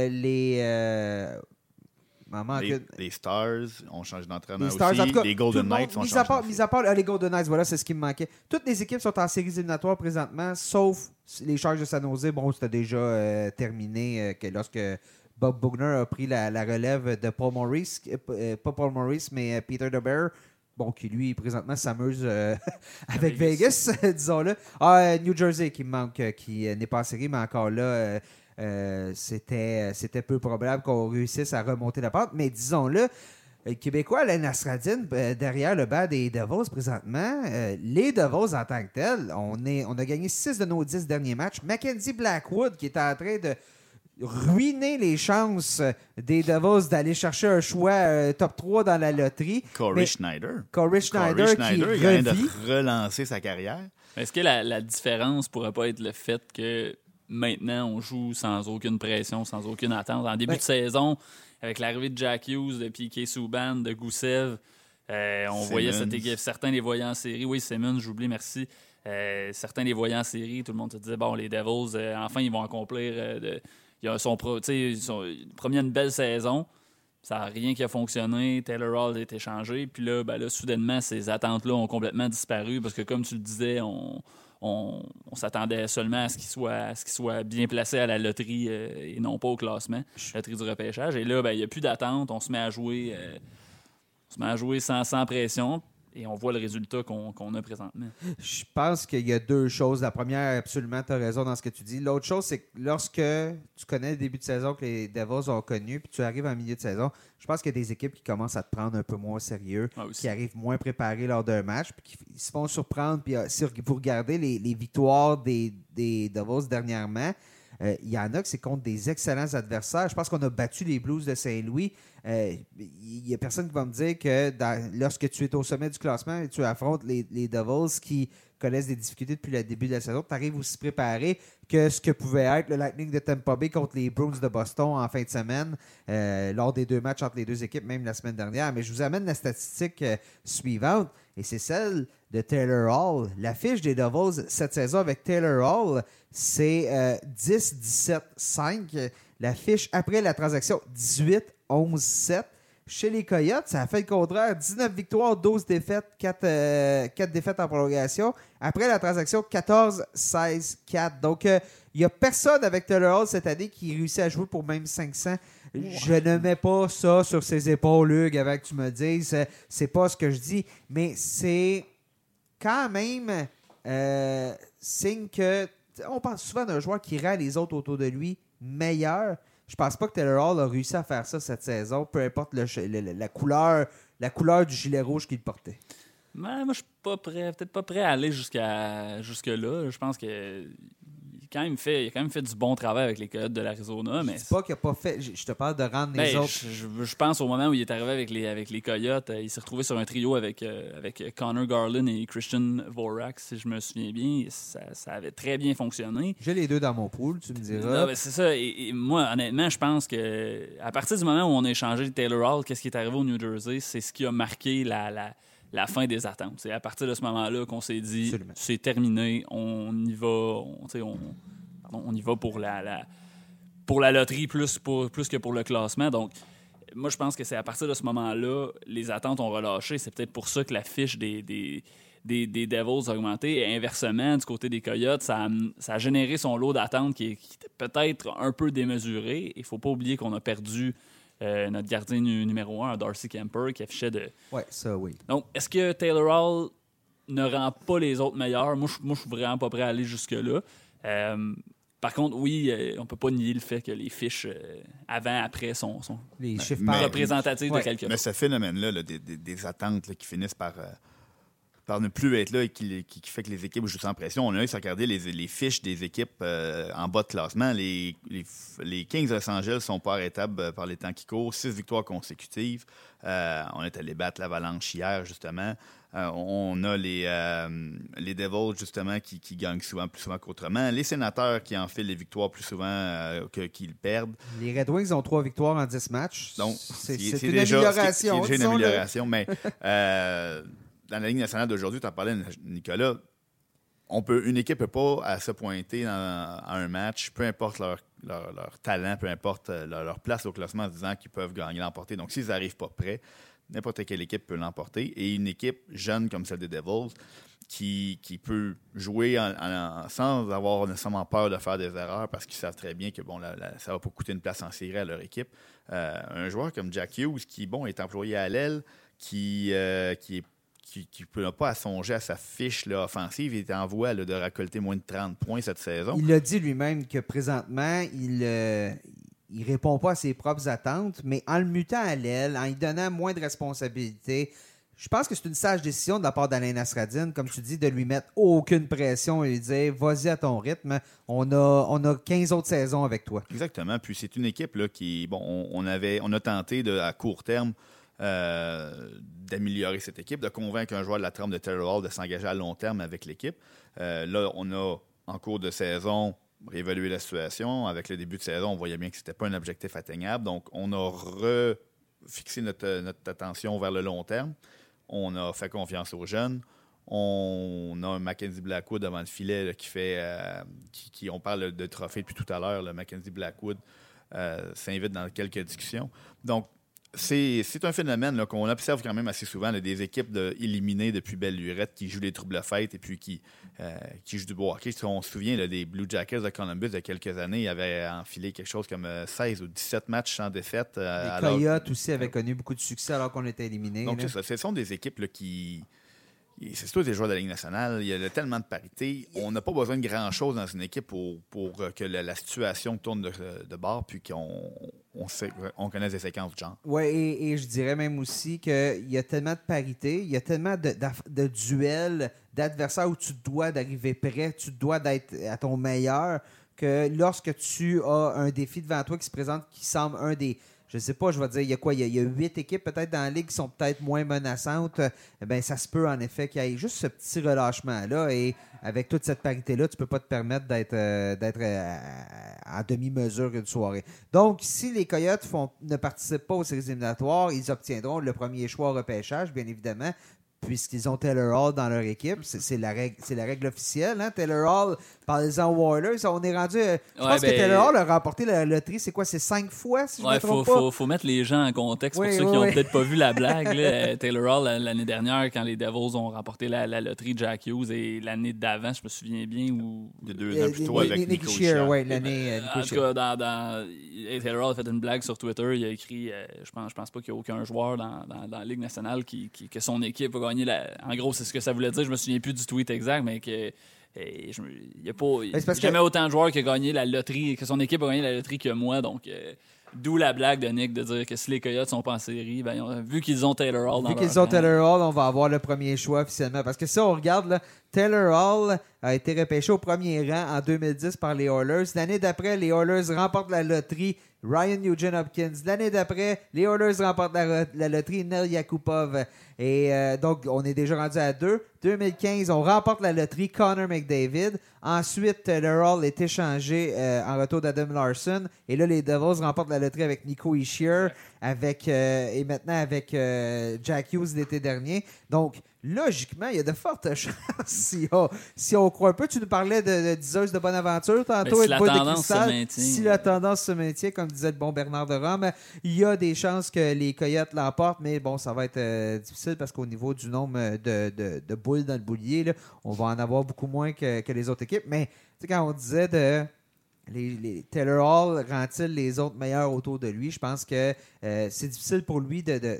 les Stars ont changé d'entraîneur Stars, aussi. En tout cas, les Golden Knights ont changé. Mis à part les Golden Knights, voilà, c'est ce qui me manquait. Toutes les équipes sont en séries éliminatoires présentement, sauf les Sharks de San Jose. Bon, c'était déjà terminé lorsque Bob Boughner a pris la relève de Paul Maurice. Pas Paul Maurice, mais Peter DeBeer. Bon, qui lui, présentement, s'amuse avec Vegas, disons-le. New Jersey qui me manque, qui n'est pas en série, mais encore là... c'était peu probable qu'on réussisse à remonter la pente, mais disons-le, Québécois, Alain Nasradine, derrière le banc des Devils présentement, les Devils en tant que tels, on a gagné 6 de nos 10 derniers matchs. Mackenzie Blackwood qui est en train de ruiner les chances des Devils d'aller chercher un choix top 3 dans la loterie. Corey Schneider qui vient de relancer sa carrière. Est-ce que la différence pourrait pas être le fait que maintenant, on joue sans aucune pression, sans aucune attente. En début de saison, avec l'arrivée de Jack Hughes, de Piquet Souban, de Gusev, on voyait cette équipe. Certains les voyaient en série. Oui, Simmons, j'oublie, merci. Certains les voyaient en série. Tout le monde se disait, bon, les Devils, enfin, ils vont accomplir... ils promenaient une belle saison. Ça n'a rien qui a fonctionné. Taylor Hall a été changé. Puis là, soudainement, ces attentes-là ont complètement disparu parce que, comme tu le disais, on s'attendait seulement à ce qu'il soit bien placé à la loterie et non pas au classement, loterie du repêchage. Et là, il n'y a plus d'attente. On se met à jouer, sans pression. Et on voit le résultat qu'on a présentement. Je pense qu'il y a 2 choses. La première, absolument, tu as raison dans ce que tu dis. L'autre chose, c'est que lorsque tu connais le début de saison que les Devils ont connu, puis tu arrives en milieu de saison, je pense qu'il y a des équipes qui commencent à te prendre un peu moins au sérieux, qui arrivent moins préparées lors d'un match, puis qui se font surprendre. Puis si vous regardez les victoires des Devils dernièrement, il y en a que c'est contre des excellents adversaires. Je pense qu'on a battu les Blues de Saint-Louis. Il n'y a personne qui va me dire que lorsque tu es au sommet du classement et tu affrontes les Devils qui connaissent des difficultés depuis le début de la saison, tu arrives aussi préparé que ce que pouvait être le Lightning de Tampa Bay contre les Bruins de Boston en fin de semaine lors des 2 matchs entre les 2 équipes, même la semaine dernière. Mais je vous amène la statistique suivante. et c'est celle de Taylor Hall. La fiche des Devils cette saison avec Taylor Hall, c'est 10-17-5. La fiche après la transaction, 18-11-7. Chez les Coyotes, ça a fait le contraire. 19 victoires, 12 défaites, 4 défaites en prolongation. Après la transaction, 14-16-4. Donc, il n'y a personne avec Taylor Hall cette année qui réussit à jouer pour même 500. Je ne mets pas ça sur ses épaules, Hugues, avant que tu me dises. C'est pas ce que je dis. Mais c'est quand même signe que... On pense souvent d'un joueur qui rend les autres autour de lui meilleurs. Je pense pas que Taylor Hall a réussi à faire ça cette saison, peu importe la couleur du gilet rouge qu'il portait. Moi, je suis pas prêt, peut-être pas prêt à aller jusque-là. Je pense que il a quand même fait du bon travail avec les Coyotes de l'Arizona. Mais je dis pas qu'il a pas fait. Je te parle de rendre les autres. Je pense au moment où il est arrivé avec les Coyotes, il s'est retrouvé sur un trio avec Connor Garland et Christian Dvorak, si je me souviens bien. Ça avait très bien fonctionné. J'ai les deux dans mon pool, tu me diras. C'est ça. Et moi, honnêtement, je pense que à partir du moment où on a échangé Taylor Hall, qu'est-ce qui est arrivé au New Jersey, c'est ce qui a marqué la fin des attentes. C'est à partir de ce moment-là qu'on s'est dit, absolument, c'est terminé, on y va, on y va pour la loterie plus que pour le classement. Donc, moi, je pense que c'est à partir de ce moment-là, les attentes ont relâché. C'est peut-être pour ça que la fiche des Devils a augmenté. Et inversement, du côté des Coyotes, ça a généré son lot d'attentes qui était peut-être un peu démesuré. Il ne faut pas oublier qu'on a perdu notre gardien numéro 1, Darcy Kemper, qui affichait de... Oui, ça, oui. Donc, est-ce que Taylor Hall ne rend pas les autres meilleurs? Moi, je suis vraiment pas prêt à aller jusque-là. Par contre, oui, on ne peut pas nier le fait que les fiches avant-après sont les chiffres représentatifs de quelque chose. Mais ce phénomène-là, des attentes qui finissent par ne plus être là et qui fait que les équipes jouent sans pression. On a eu à regarder les fiches des équipes en bas de classement. Les Kings de Los Angeles ne sont pas arrêtables par les temps qui courent. 6 victoires consécutives. On est allé battre l'Avalanche hier, justement. On a les Devils, justement, qui gagnent plus souvent qu'autrement. Les Sénateurs qui enfilent les victoires plus souvent qu'ils perdent. Les Red Wings ont 3 victoires en 10 matchs. Donc, c'est une amélioration. C'est déjà une amélioration, mais... dans la Ligue nationale d'aujourd'hui, tu en parlais, Nicolas, une équipe ne peut pas à se pointer à un match, peu importe leur talent, peu importe leur place au classement, en se disant qu'ils peuvent gagner, l'emporter. Donc, s'ils n'arrivent pas prêts, n'importe quelle équipe peut l'emporter. Et une équipe jeune comme celle des Devils, qui peut jouer sans avoir nécessairement peur de faire des erreurs, parce qu'ils savent très bien que ça ne va pas coûter une place en série à leur équipe. Un joueur comme Jack Hughes, qui est employé à l'aile, qui n'a pas à songer à sa fiche offensive. Il est en voie de récolter moins de 30 points cette saison. Il a dit lui-même que présentement, il répond pas à ses propres attentes, mais en le mutant à l'aile, en lui donnant moins de responsabilités, je pense que c'est une sage décision de la part d'Alain Nasreddine, comme tu dis, de lui mettre aucune pression et lui dire « Vas-y à ton rythme, on a 15 autres saisons avec toi. » Exactement. Puis c'est une équipe là, qui... on a tenté à court terme d'améliorer cette équipe, de convaincre un joueur de la trempe de Taylor Hall de s'engager à long terme avec l'équipe. Là, on a, en cours de saison, réévalué la situation. Avec le début de saison, on voyait bien que ce n'était pas un objectif atteignable. Donc, on a refixé notre attention vers le long terme. On a fait confiance aux jeunes. On a un Mackenzie Blackwood devant le filet là, on parle de trophée depuis tout à l'heure. Le Mackenzie Blackwood s'invite dans quelques discussions. Donc, c'est un phénomène là, qu'on observe quand même assez souvent, là, des équipes éliminées depuis belle lurette qui jouent les troubles fêtes et puis qui jouent du beau hockey. Si on se souvient là, des Blue Jackets de Columbus il y a quelques années, ils avaient enfilé quelque chose comme 16 ou 17 matchs sans défaite. Les Coyotes aussi avaient connu beaucoup de succès alors qu'on était éliminés. Donc, c'est ça. Ce sont des équipes là, qui... C'est surtout des joueurs de la Ligue nationale. Il y a tellement de parité. On n'a pas besoin de grand-chose dans une équipe pour que la situation tourne de bord puis qu'on connaisse des séquences de genre. Oui, et je dirais même aussi qu'il y a tellement de parité, il y a tellement de duels, d'adversaires où tu dois d'arriver prêt, tu dois d'être à ton meilleur, que lorsque tu as un défi devant toi qui se présente, qui semble un des... Je sais pas, je vais dire, il y a quoi? Il y a 8 équipes peut-être dans la Ligue qui sont peut-être moins menaçantes. Ben, ça se peut en effet qu'il y ait juste ce petit relâchement-là. Et avec toute cette parité-là, tu peux pas te permettre d'être en demi-mesure une soirée. Donc, si les Coyotes ne participent pas aux séries éliminatoires, ils obtiendront le premier choix au repêchage, bien évidemment. puisqu'ils ont Taylor Hall dans leur équipe. C'est la règle officielle. Hein? Taylor Hall, parlez-en aux Oilers, on est rendu... je pense que Taylor Hall a remporté la loterie, c'est quoi? C'est 5 fois, si je me trompe pas? Faut mettre les gens en contexte pour ceux qui n'ont peut-être pas vu la blague. Là. Taylor Hall, l'année dernière, quand les Devils ont remporté la loterie, Jack Hughes, et l'année d'avant, je me souviens bien, où... Il y a 2 ans plus tôt avec Nico Shear. Oui, l'année en tout cas, Taylor Hall a fait une blague sur Twitter. Il a écrit je pense pas qu'il y a aucun joueur dans la Ligue nationale que son équipe a gagné en gros, c'est ce que ça voulait dire. Je me souviens plus du tweet exact, mais que il n'y a pas jamais autant de joueurs qui ont gagné la loterie, que son équipe a gagné la loterie que moi. Donc, d'où la blague de Nick de dire que si les Coyotes sont pas en série, vu qu'ils ont Taylor Hall dans leur camp. Vu qu'ils ont Taylor Hall, on va avoir le premier choix officiellement. Parce que si on regarde, là, Taylor Hall a été repêché au premier rang en 2010 par les Oilers. L'année d'après, les Oilers remportent la loterie. Ryan Nugent-Hopkins. L'année d'après, les Oilers remportent la loterie. Nel Yakupov. Et donc, on est déjà rendu à 2. 2015, on remporte la loterie. Connor McDavid. Ensuite, Taylor Hall est échangé en retour d'Adam Larson. Et là, les Devils remportent la loterie avec Nico Hischier et maintenant avec Jack Hughes l'été dernier. Donc, logiquement, il y a de fortes chances si on croit un peu. Tu nous parlais de diseuse de Bonaventure tantôt. Si la tendance se maintient. Si la tendance se maintient, comme disait le bon Bernard de Rome, il y a des chances que les Coyotes l'emportent, mais bon, ça va être difficile parce qu'au niveau du nombre de boules dans le boulier, là, on va en avoir beaucoup moins que les autres équipes. Mais tu sais, quand on disait les Taylor Hall rend-il les autres meilleurs autour de lui, je pense que c'est difficile pour lui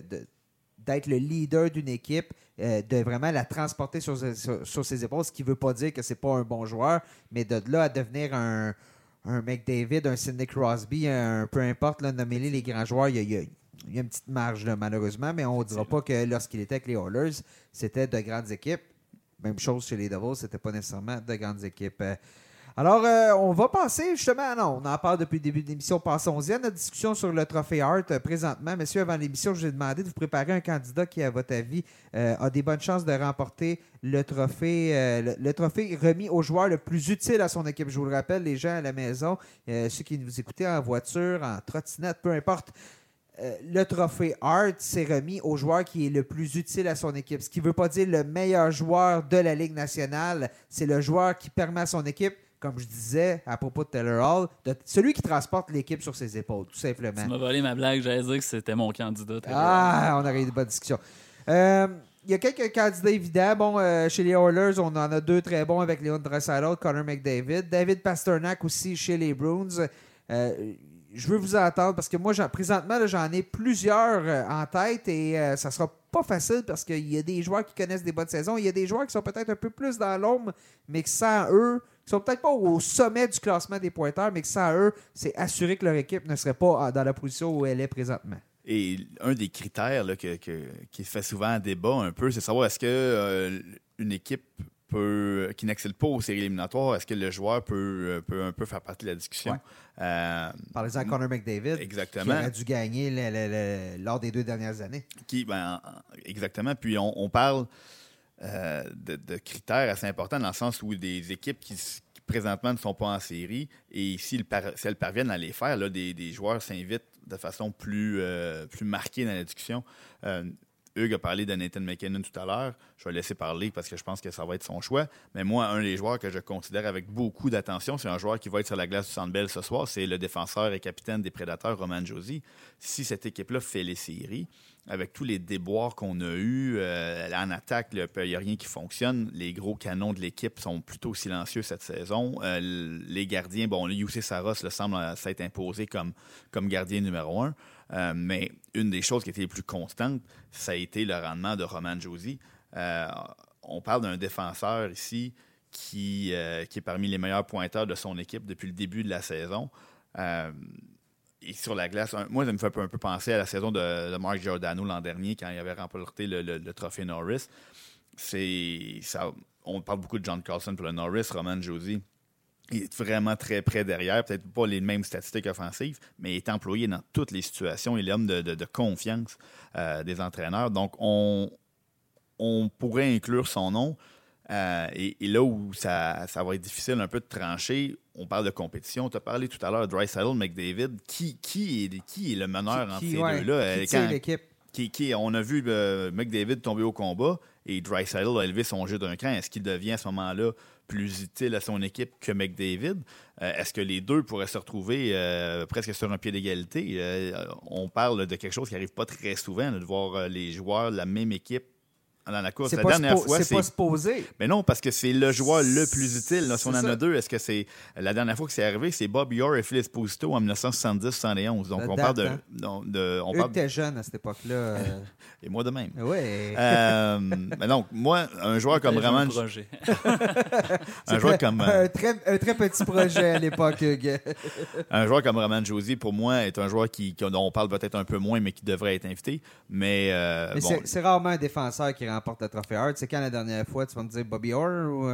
d'être le leader d'une équipe, de vraiment la transporter sur ses épaules, ce qui ne veut pas dire que c'est pas un bon joueur, mais de là à devenir un McDavid, un Sidney Crosby, peu importe, là, nommez-les les grands joueurs, il y a une petite marge là, malheureusement, mais on ne dira pas que lorsqu'il était avec les Oilers, c'était de grandes équipes. Même chose chez les Devils, c'était pas nécessairement de grandes équipes. Alors, on va passer justement, non, on en parle depuis le début de l'émission, passons-y à notre discussion sur le trophée Hart présentement. Messieurs, avant l'émission, je vous ai demandé de vous préparer un candidat qui, à votre avis, a des bonnes chances de remporter le trophée remis au joueur le plus utile à son équipe. Je vous le rappelle, les gens à la maison, ceux qui nous écoutaient en voiture, en trottinette, peu importe, le trophée Hart s'est remis au joueur qui est le plus utile à son équipe. Ce qui ne veut pas dire le meilleur joueur de la Ligue nationale, c'est le joueur qui permet à son équipe, comme je disais à propos de Taylor Hall, celui qui transporte l'équipe sur ses épaules, tout simplement. Tu m'as volé ma blague, j'allais dire que c'était mon candidat. On aurait eu de bonnes discussions. Il y a quelques candidats évidents. Bon, chez les Oilers, on en a 2 très bons avec Leon Draisaitl, Connor McDavid. David Pastrnak aussi chez les Bruins. Je veux vous entendre parce que moi, présentement, là, j'en ai plusieurs en tête et ça sera pas facile parce qu'il y a des joueurs qui connaissent des bonnes saisons. Il y a des joueurs qui sont peut-être un peu plus dans l'ombre, mais que sans eux, qui sont peut-être pas au sommet du classement des pointeurs, mais que sans eux, c'est assuré que leur équipe ne serait pas dans la position où elle est présentement. Et un des critères là, qui fait souvent débat un peu, c'est savoir est-ce que une équipe qui n'accède pas aux séries éliminatoires, est-ce que le joueur peut un peu faire partie de la discussion? Ouais. Parlez-en à Connor McDavid, exactement, qui aurait dû gagner lors des 2 dernières années. Exactement. Puis on parle de critères assez importants dans le sens où des équipes qui présentement ne sont pas en série et si elles parviennent à les faire, là, des joueurs s'invitent de façon plus marquée dans la discussion. Hugues a parlé de Nathan McKinnon tout à l'heure. Je vais le laisser parler parce que je pense que ça va être son choix. Mais moi, un des joueurs que je considère avec beaucoup d'attention, c'est un joueur qui va être sur la glace du Centre Bell ce soir. C'est le défenseur et capitaine des Prédateurs, Roman Josi. Si cette équipe-là fait les séries, avec tous les déboires qu'on a eus en attaque, il n'y a rien qui fonctionne. Les gros canons de l'équipe sont plutôt silencieux cette saison. Les gardiens, bon, Jussi Saros semble s'être imposé comme gardien numéro 1. Mais une des choses qui était les plus constantes, ça a été le rendement de Roman Josi. On parle d'un défenseur ici qui est parmi les meilleurs pointeurs de son équipe depuis le début de la saison. Et sur la glace, moi, ça me fait un peu penser à la saison de Mark Giordano l'an dernier quand il avait remporté le trophée Norris. On parle beaucoup de John Carlson pour le Norris, Roman Josi. Il est vraiment très près derrière, peut-être pas les mêmes statistiques offensives, mais il est employé dans toutes les situations. Il est l'homme de confiance des entraîneurs. Donc, on pourrait inclure son nom. Et là où ça va être difficile un peu de trancher, on parle de compétition. Tu as parlé tout à l'heure de Draisaitl, McDavid. Qui est le meneur entre ces deux-là? Qui tire l'équipe? On a vu McDavid tomber au combat et Draisaitl a élevé son jeu d'un cran. Est-ce qu'il devient à ce moment-là plus utile à son équipe que McDavid? Est-ce que les deux pourraient se retrouver presque sur un pied d'égalité? On parle de quelque chose qui n'arrive pas très souvent, de voir les joueurs de la même équipe dans la course. C'est pas supposé. Mais non, parce que c'est le joueur le plus utile. Là, si on en a deux, est-ce que c'est... La dernière fois que c'est arrivé, c'est Bobby Orr et Phil Esposito en 1970-71. Donc, on parle de... Eux étaient jeunes à cette époque-là. Et moi de même. Oui. Mais donc, moi, un joueur comme Roman... un joueur comme... un très petit projet à l'époque, Hugues. Un joueur comme Roman Josi, pour moi, est un joueur dont on parle peut-être un peu moins, mais qui devrait être invité. Mais bon, c'est rarement un défenseur qui remporte le trophée Hart. C'est quand la dernière fois, tu vas me dire Bobby Orr ou...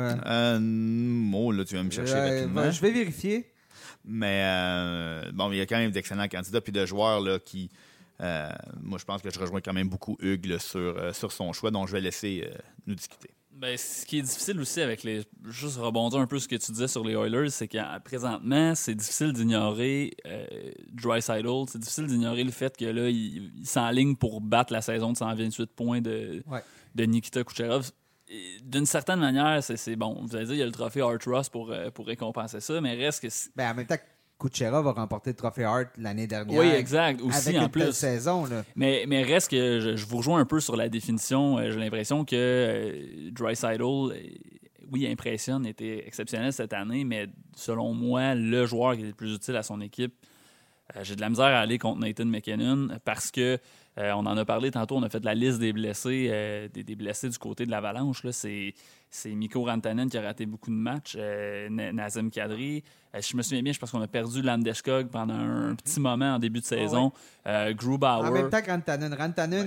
Oh, là, tu vas me chercher rapidement. Je vais vérifier. Mais bon, il y a quand même d'excellents candidats puis de joueurs là, qui... moi, je pense que je rejoins quand même beaucoup Hugues là, sur son choix, donc je vais laisser nous discuter. Ben, ce qui est difficile aussi avec les... Juste rebondir un peu sur ce que tu disais sur les Oilers, c'est que présentement, c'est difficile d'ignorer Draisaitl. C'est difficile d'ignorer le fait que là, il s'enligne pour battre la saison de 128 points de Nikita Kucherov. D'une certaine manière, c'est bon. Vous allez dire, il y a le trophée Hart Ross pour récompenser ça, mais reste que... en même temps, Kucherov a remporté le trophée Hart l'année dernière. Oui, exact. Aussi, avec en une plus. telle saison. Là. Mais reste que je vous rejoins un peu sur la définition. J'ai l'impression que Draisaitl, oui, impressionne, était exceptionnel cette année, mais selon moi, le joueur qui est le plus utile à son équipe, j'ai de la misère à aller contre Nathan MacKinnon parce que on en a parlé tantôt, on a fait la liste des blessés, des blessés du côté de l'Avalanche. Là, c'est Mikko Rantanen qui a raté beaucoup de matchs, Nazem Kadri. Je me souviens bien, je pense qu'on a perdu Landeskog pendant un petit moment en début de saison. Grubauer. En même temps que Rantanen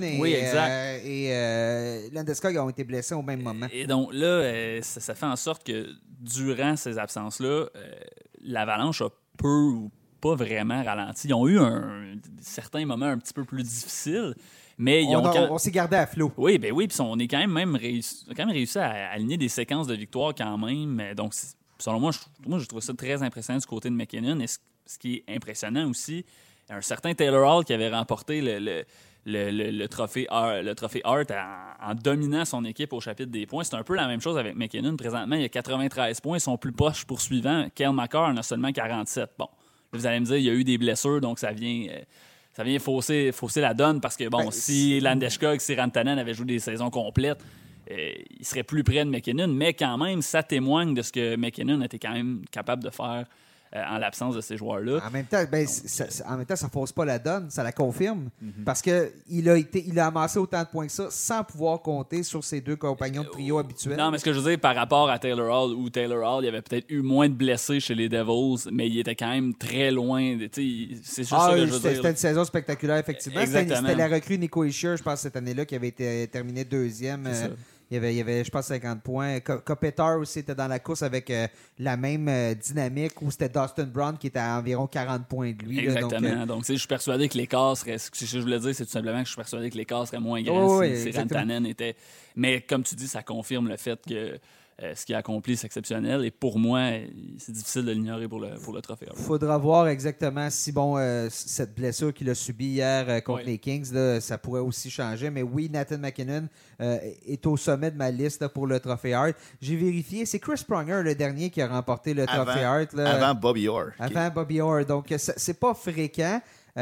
et Landeskog ont été blessés au même moment. Et donc là, ça fait en sorte que durant ces absences-là, l'Avalanche a peu ou pas vraiment ralenti. Ils ont eu certains moments un petit peu plus difficiles, mais on s'est gardé à flot. Oui, ben oui, puis on est quand même réussi à aligner des séquences de victoires quand même. Donc, selon moi, je trouve ça très impressionnant du côté de MacKinnon. Et ce qui est impressionnant aussi, un certain Taylor Hall qui avait remporté le trophée Hart en dominant son équipe au chapitre des points. C'est un peu la même chose avec MacKinnon. Présentement, il y a 93 points. Son plus proche poursuivant, Cale Makar, en a seulement 47. Bon. Vous allez me dire, il y a eu des blessures, donc ça vient fausser la donne parce que, bon, si Landeskog, si Rantanen avait joué des saisons complètes, il serait plus près de MacKinnon, mais quand même, ça témoigne de ce que MacKinnon était quand même capable de faire en l'absence de ces joueurs-là. En même temps, ça fausse pas la donne, ça la confirme, parce qu'il a amassé autant de points que ça sans pouvoir compter sur ses deux compagnons de trio habituels. Non, mais ce que je veux dire par rapport à Taylor Hall, il y avait peut-être eu moins de blessés chez les Devils, mais il était quand même très loin. C'est juste ça que je veux dire. C'était une saison spectaculaire, effectivement. Exactement. C'était la recrue Nico Hischier, je pense, cette année-là, qui avait été terminé deuxième. Il y avait, je pense, 50 points. Kopitar aussi était dans la course avec la même dynamique où c'était Dustin Brown qui était à environ 40 points de lui. Exactement. Là, donc je suis persuadé que l'écart serait... Ce que je voulais dire, c'est tout simplement que je suis persuadé que l'écart serait moins grand si Rantanen était... Mais comme tu dis, ça confirme le fait que ce qu'il a accompli, c'est exceptionnel. Et pour moi, c'est difficile de l'ignorer pour le trophée. Il faudra voir exactement si cette blessure qu'il a subie hier contre les Kings, là, ça pourrait aussi changer. Mais oui, Nathan MacKinnon est au sommet de ma liste là, pour le trophée Hart. J'ai vérifié, c'est Chris Pronger le dernier qui a remporté le trophée Hart. Là, avant Bobby Orr. Avant Bobby Orr. Donc, c'est pas fréquent.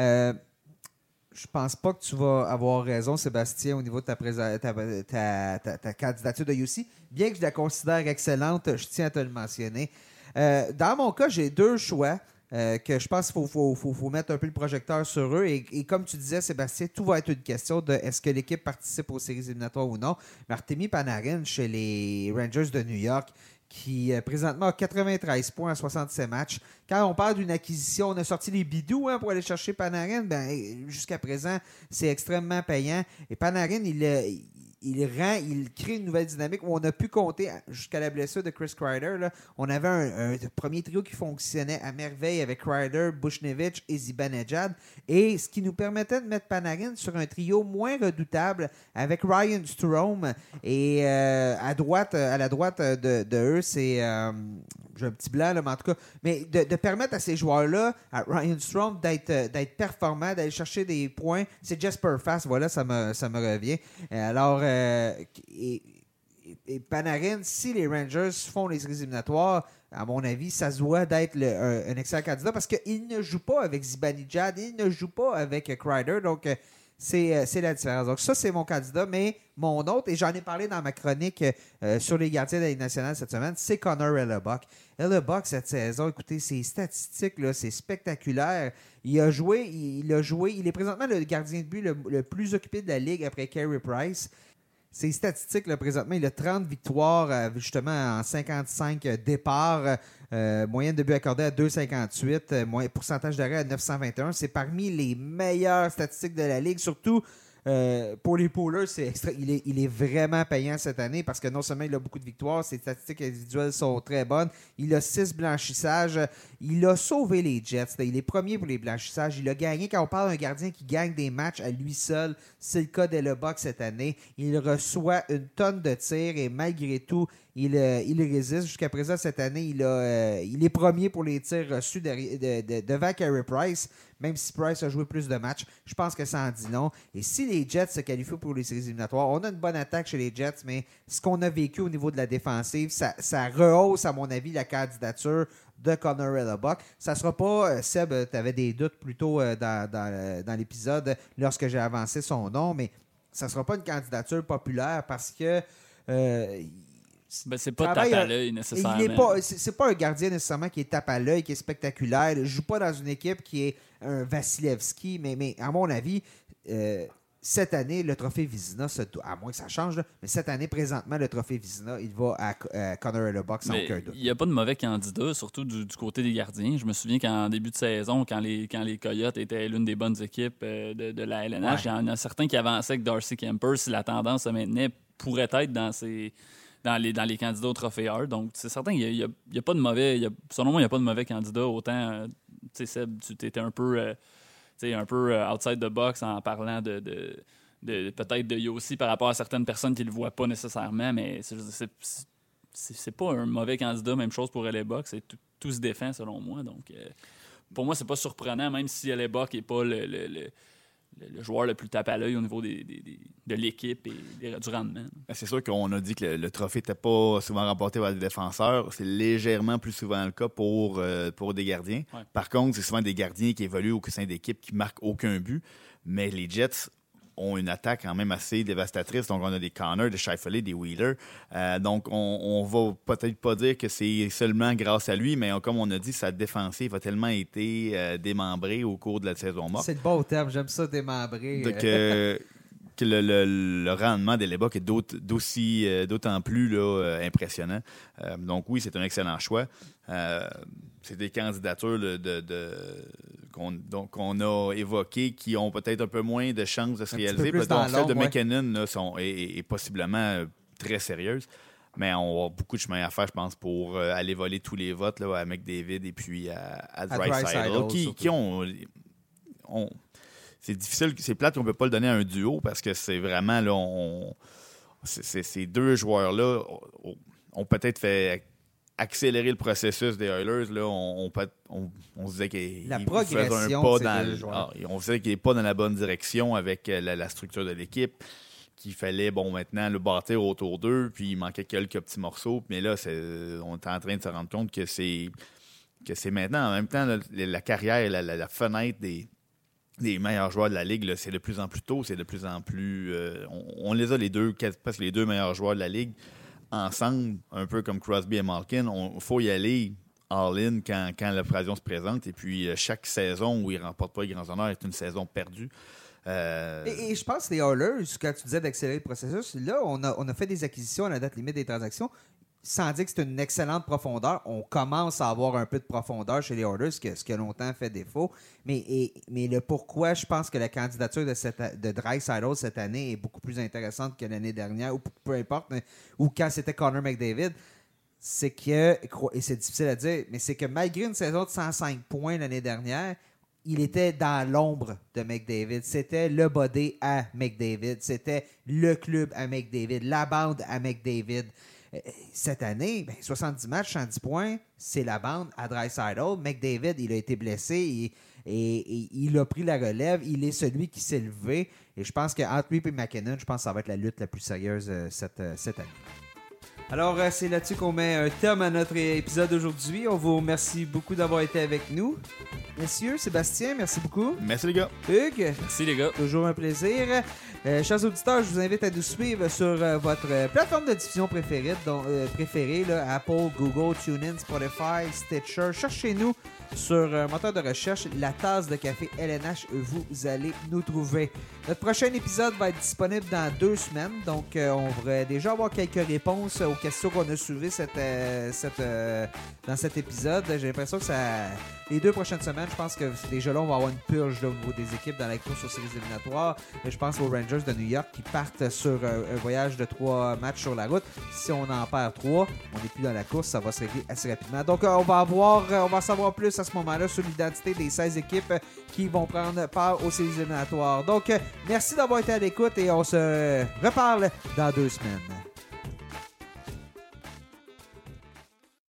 Je pense pas que tu vas avoir raison, Sébastien, au niveau de ta candidature de UC. Bien que je la considère excellente, je tiens à te le mentionner. Dans mon cas, j'ai deux choix que je pense qu'il faut mettre un peu le projecteur sur eux. Et comme tu disais, Sébastien, tout va être une question de est-ce que l'équipe participe aux séries éliminatoires ou non. Artemi Panarin, chez les Rangers de New York, qui présentement a 93 points en 67 matchs. Quand on parle d'une acquisition, on a sorti les bidous pour aller chercher Panarin. Jusqu'à présent, c'est extrêmement payant. Et Panarin, il crée une nouvelle dynamique où on a pu compter jusqu'à la blessure de Chris Kreider. Là, on avait un premier trio qui fonctionnait à merveille avec Kreider, Buchnevich et Zibanejad. Et ce qui nous permettait de mettre Panarin sur un trio moins redoutable avec Ryan Strome. Et à la droite de eux, c'est j'ai un petit blanc, là, mais en tout cas, mais de permettre à ces joueurs-là, à Ryan Strome, d'être performants, d'aller chercher des points, c'est Jesper Fast, voilà, ça me revient. Alors, et Panarin, si les Rangers font les séries éliminatoires, à mon avis, ça se doit d'être un excellent candidat parce qu'il ne joue pas avec Zibanejad, il ne joue pas avec Kreider, donc c'est la différence. Donc ça, c'est mon candidat, mais mon autre, et j'en ai parlé dans ma chronique sur les gardiens de la Ligue nationale cette semaine, c'est Connor Hellebuyck. Hellebuyck, cette saison, écoutez, ses statistiques, là, c'est spectaculaire. Il a joué, il est présentement le gardien de but le plus occupé de la Ligue après Carey Price. Ses statistiques, là, présentement, il a 30 victoires, justement, en 55 départs, moyenne de buts accordés à 2,58, pourcentage d'arrêt à 921. C'est parmi les meilleures statistiques de la Ligue, surtout pour les poolers. Il est vraiment payant cette année parce que non seulement il a beaucoup de victoires, ses statistiques individuelles sont très bonnes. Il a 6 blanchissages. Il a sauvé les Jets. Il est premier pour les blanchissages. Il a gagné. Quand on parle d'un gardien qui gagne des matchs à lui seul, c'est le cas d'Hellebuyck cette année. Il reçoit une tonne de tirs et malgré tout, il résiste. Jusqu'à présent, cette année, il est premier pour les tirs reçus devant Carey Price. Même si Price a joué plus de matchs, je pense que ça en dit non. Et si les Jets se qualifient pour les séries éliminatoires, on a une bonne attaque chez les Jets, mais ce qu'on a vécu au niveau de la défensive, ça rehausse, à mon avis, la candidature de Connor Hellebuyck. Ça ne sera pas, Seb, tu avais des doutes plus tôt dans l'épisode lorsque j'ai avancé son nom, mais ça ne sera pas une candidature populaire parce que... c'est pas tape à l'œil nécessairement. C'est pas un gardien nécessairement qui est tape à l'œil, qui est spectaculaire. Il ne joue pas dans une équipe qui est un Vasilevski, mais à mon avis, cette année, le trophée Vizina, à moins que ça change, là, mais cette année, présentement, le trophée Vizina, il va à Connor Hellebuyck sans aucun doute. Il n'y a pas de mauvais candidat, surtout du côté des gardiens. Je me souviens qu'en début de saison, quand les Coyotes étaient l'une des bonnes équipes de la LNH, il y en a certains qui avançaient que Darcy Kemper, si la tendance se maintenait, pourrait être dans les candidats au trophée Hart. Donc, c'est certain qu'il n'y a pas de mauvais... selon moi, il n'y a pas de mauvais candidat. Autant, tu sais, Seb, tu étais un peu outside the box en parlant de peut-être de Yossi par rapport à certaines personnes qui ne le voient pas nécessairement, mais c'est pas un mauvais candidat. Même chose pour Hellebuyck. Tout se défend, selon moi. Donc, pour moi, c'est pas surprenant, même si Hellebuyck n'est pas le joueur le plus tape à l'œil au niveau de l'équipe et du rendement. C'est sûr qu'on a dit que le trophée n'était pas souvent remporté par des défenseurs. C'est légèrement plus souvent le cas pour des gardiens. Ouais. Par contre, c'est souvent des gardiens qui évoluent au sein d'équipes qui ne marquent aucun but. Mais les Jets ont une attaque quand même assez dévastatrice. Donc, on a des Connor, des Scheifele, des Wheeler. Donc, on va peut-être pas dire que c'est seulement grâce à lui, mais comme on a dit, sa défensive a tellement été démembrée au cours de la saison morte. C'est le bon terme, j'aime ça, démembré. Donc, que le rendement d'Hellebuyck est d'autant plus là, impressionnant. Donc, oui, c'est un excellent choix. C'est des candidatures qu'on a évoquées qui ont peut-être un peu moins de chances de se réaliser. Donc, celle de McKinnon là, est possiblement très sérieuse. Mais on va avoir beaucoup de chemin à faire, je pense, pour aller voler tous les votes là, à McDavid et puis à Draisaitl, qui ont c'est difficile, c'est plate qu'on ne peut pas le donner à un duo parce que c'est vraiment là, ces deux joueurs-là ont peut-être fait accélérer le processus des Oilers. Là, on se disait qu'il faisait on se disait qu'il n'est pas dans la bonne direction avec la structure de l'équipe, qu'il fallait maintenant le bâtir autour d'eux, puis il manquait quelques petits morceaux. Mais là, on est en train de se rendre compte que c'est maintenant, en même temps, la carrière, la fenêtre des meilleurs joueurs de la Ligue, là, c'est de plus en plus tôt, c'est de plus en plus... on les a presque les deux meilleurs joueurs de la Ligue ensemble, un peu comme Crosby et Malkin. Il faut y aller all-in quand l'occasion se présente. Et puis, chaque saison où ils ne remportent pas les grands honneurs est une saison perdue. Et je pense que les Oilers, quand tu disais d'accélérer le processus, là, on a fait des acquisitions à la date limite des transactions. Sans dire que c'est une excellente profondeur, on commence à avoir un peu de profondeur chez les Oilers, ce qui a longtemps fait défaut. Mais le pourquoi, je pense que la candidature de Draisaitl cette année est beaucoup plus intéressante que l'année dernière, ou peu importe, ou quand c'était Connor McDavid, c'est que, et c'est difficile à dire, mais c'est que malgré une saison de 105 points l'année dernière, il était dans l'ombre de McDavid. C'était le body à McDavid. C'était le club à McDavid, la bande à McDavid. cette année, 70 matchs, 110 points, c'est la bande à Draisaitl. McDavid, il a été blessé et il a pris la relève. Il est celui qui s'est levé. Et je pense qu'entre lui et McKinnon, je pense que ça va être la lutte la plus sérieuse cette année. Alors, c'est là-dessus qu'on met un terme à notre épisode d'aujourd'hui. On vous remercie beaucoup d'avoir été avec nous. Messieurs, Sébastien, merci beaucoup. Merci les gars. Hugues. Merci les gars. Toujours un plaisir. Chers auditeurs, je vous invite à nous suivre sur votre plateforme de diffusion préférée, là, Apple, Google, TuneIn, Spotify, Stitcher. Cherchez-nous sur un moteur de recherche, La Tasse de Café LNH, vous allez nous trouver. Notre prochain épisode va être disponible dans 2 semaines, donc on devrait déjà avoir quelques réponses aux questions qu'on a soulevées dans cet épisode. J'ai l'impression que les 2 prochaines semaines, je pense que déjà là, on va avoir une purge là, au niveau des équipes dans la course aux séries éliminatoires. Mais je pense aux Rangers de New York qui partent sur un voyage de 3 matchs sur la route. Si on en perd 3, on n'est plus dans la course, ça va se régler assez rapidement. Donc on va savoir plus à ce moment-là sur l'identité des 16 équipes qui vont prendre part aux séries éliminatoires. Donc merci d'avoir été à l'écoute et on se reparle dans 2 semaines.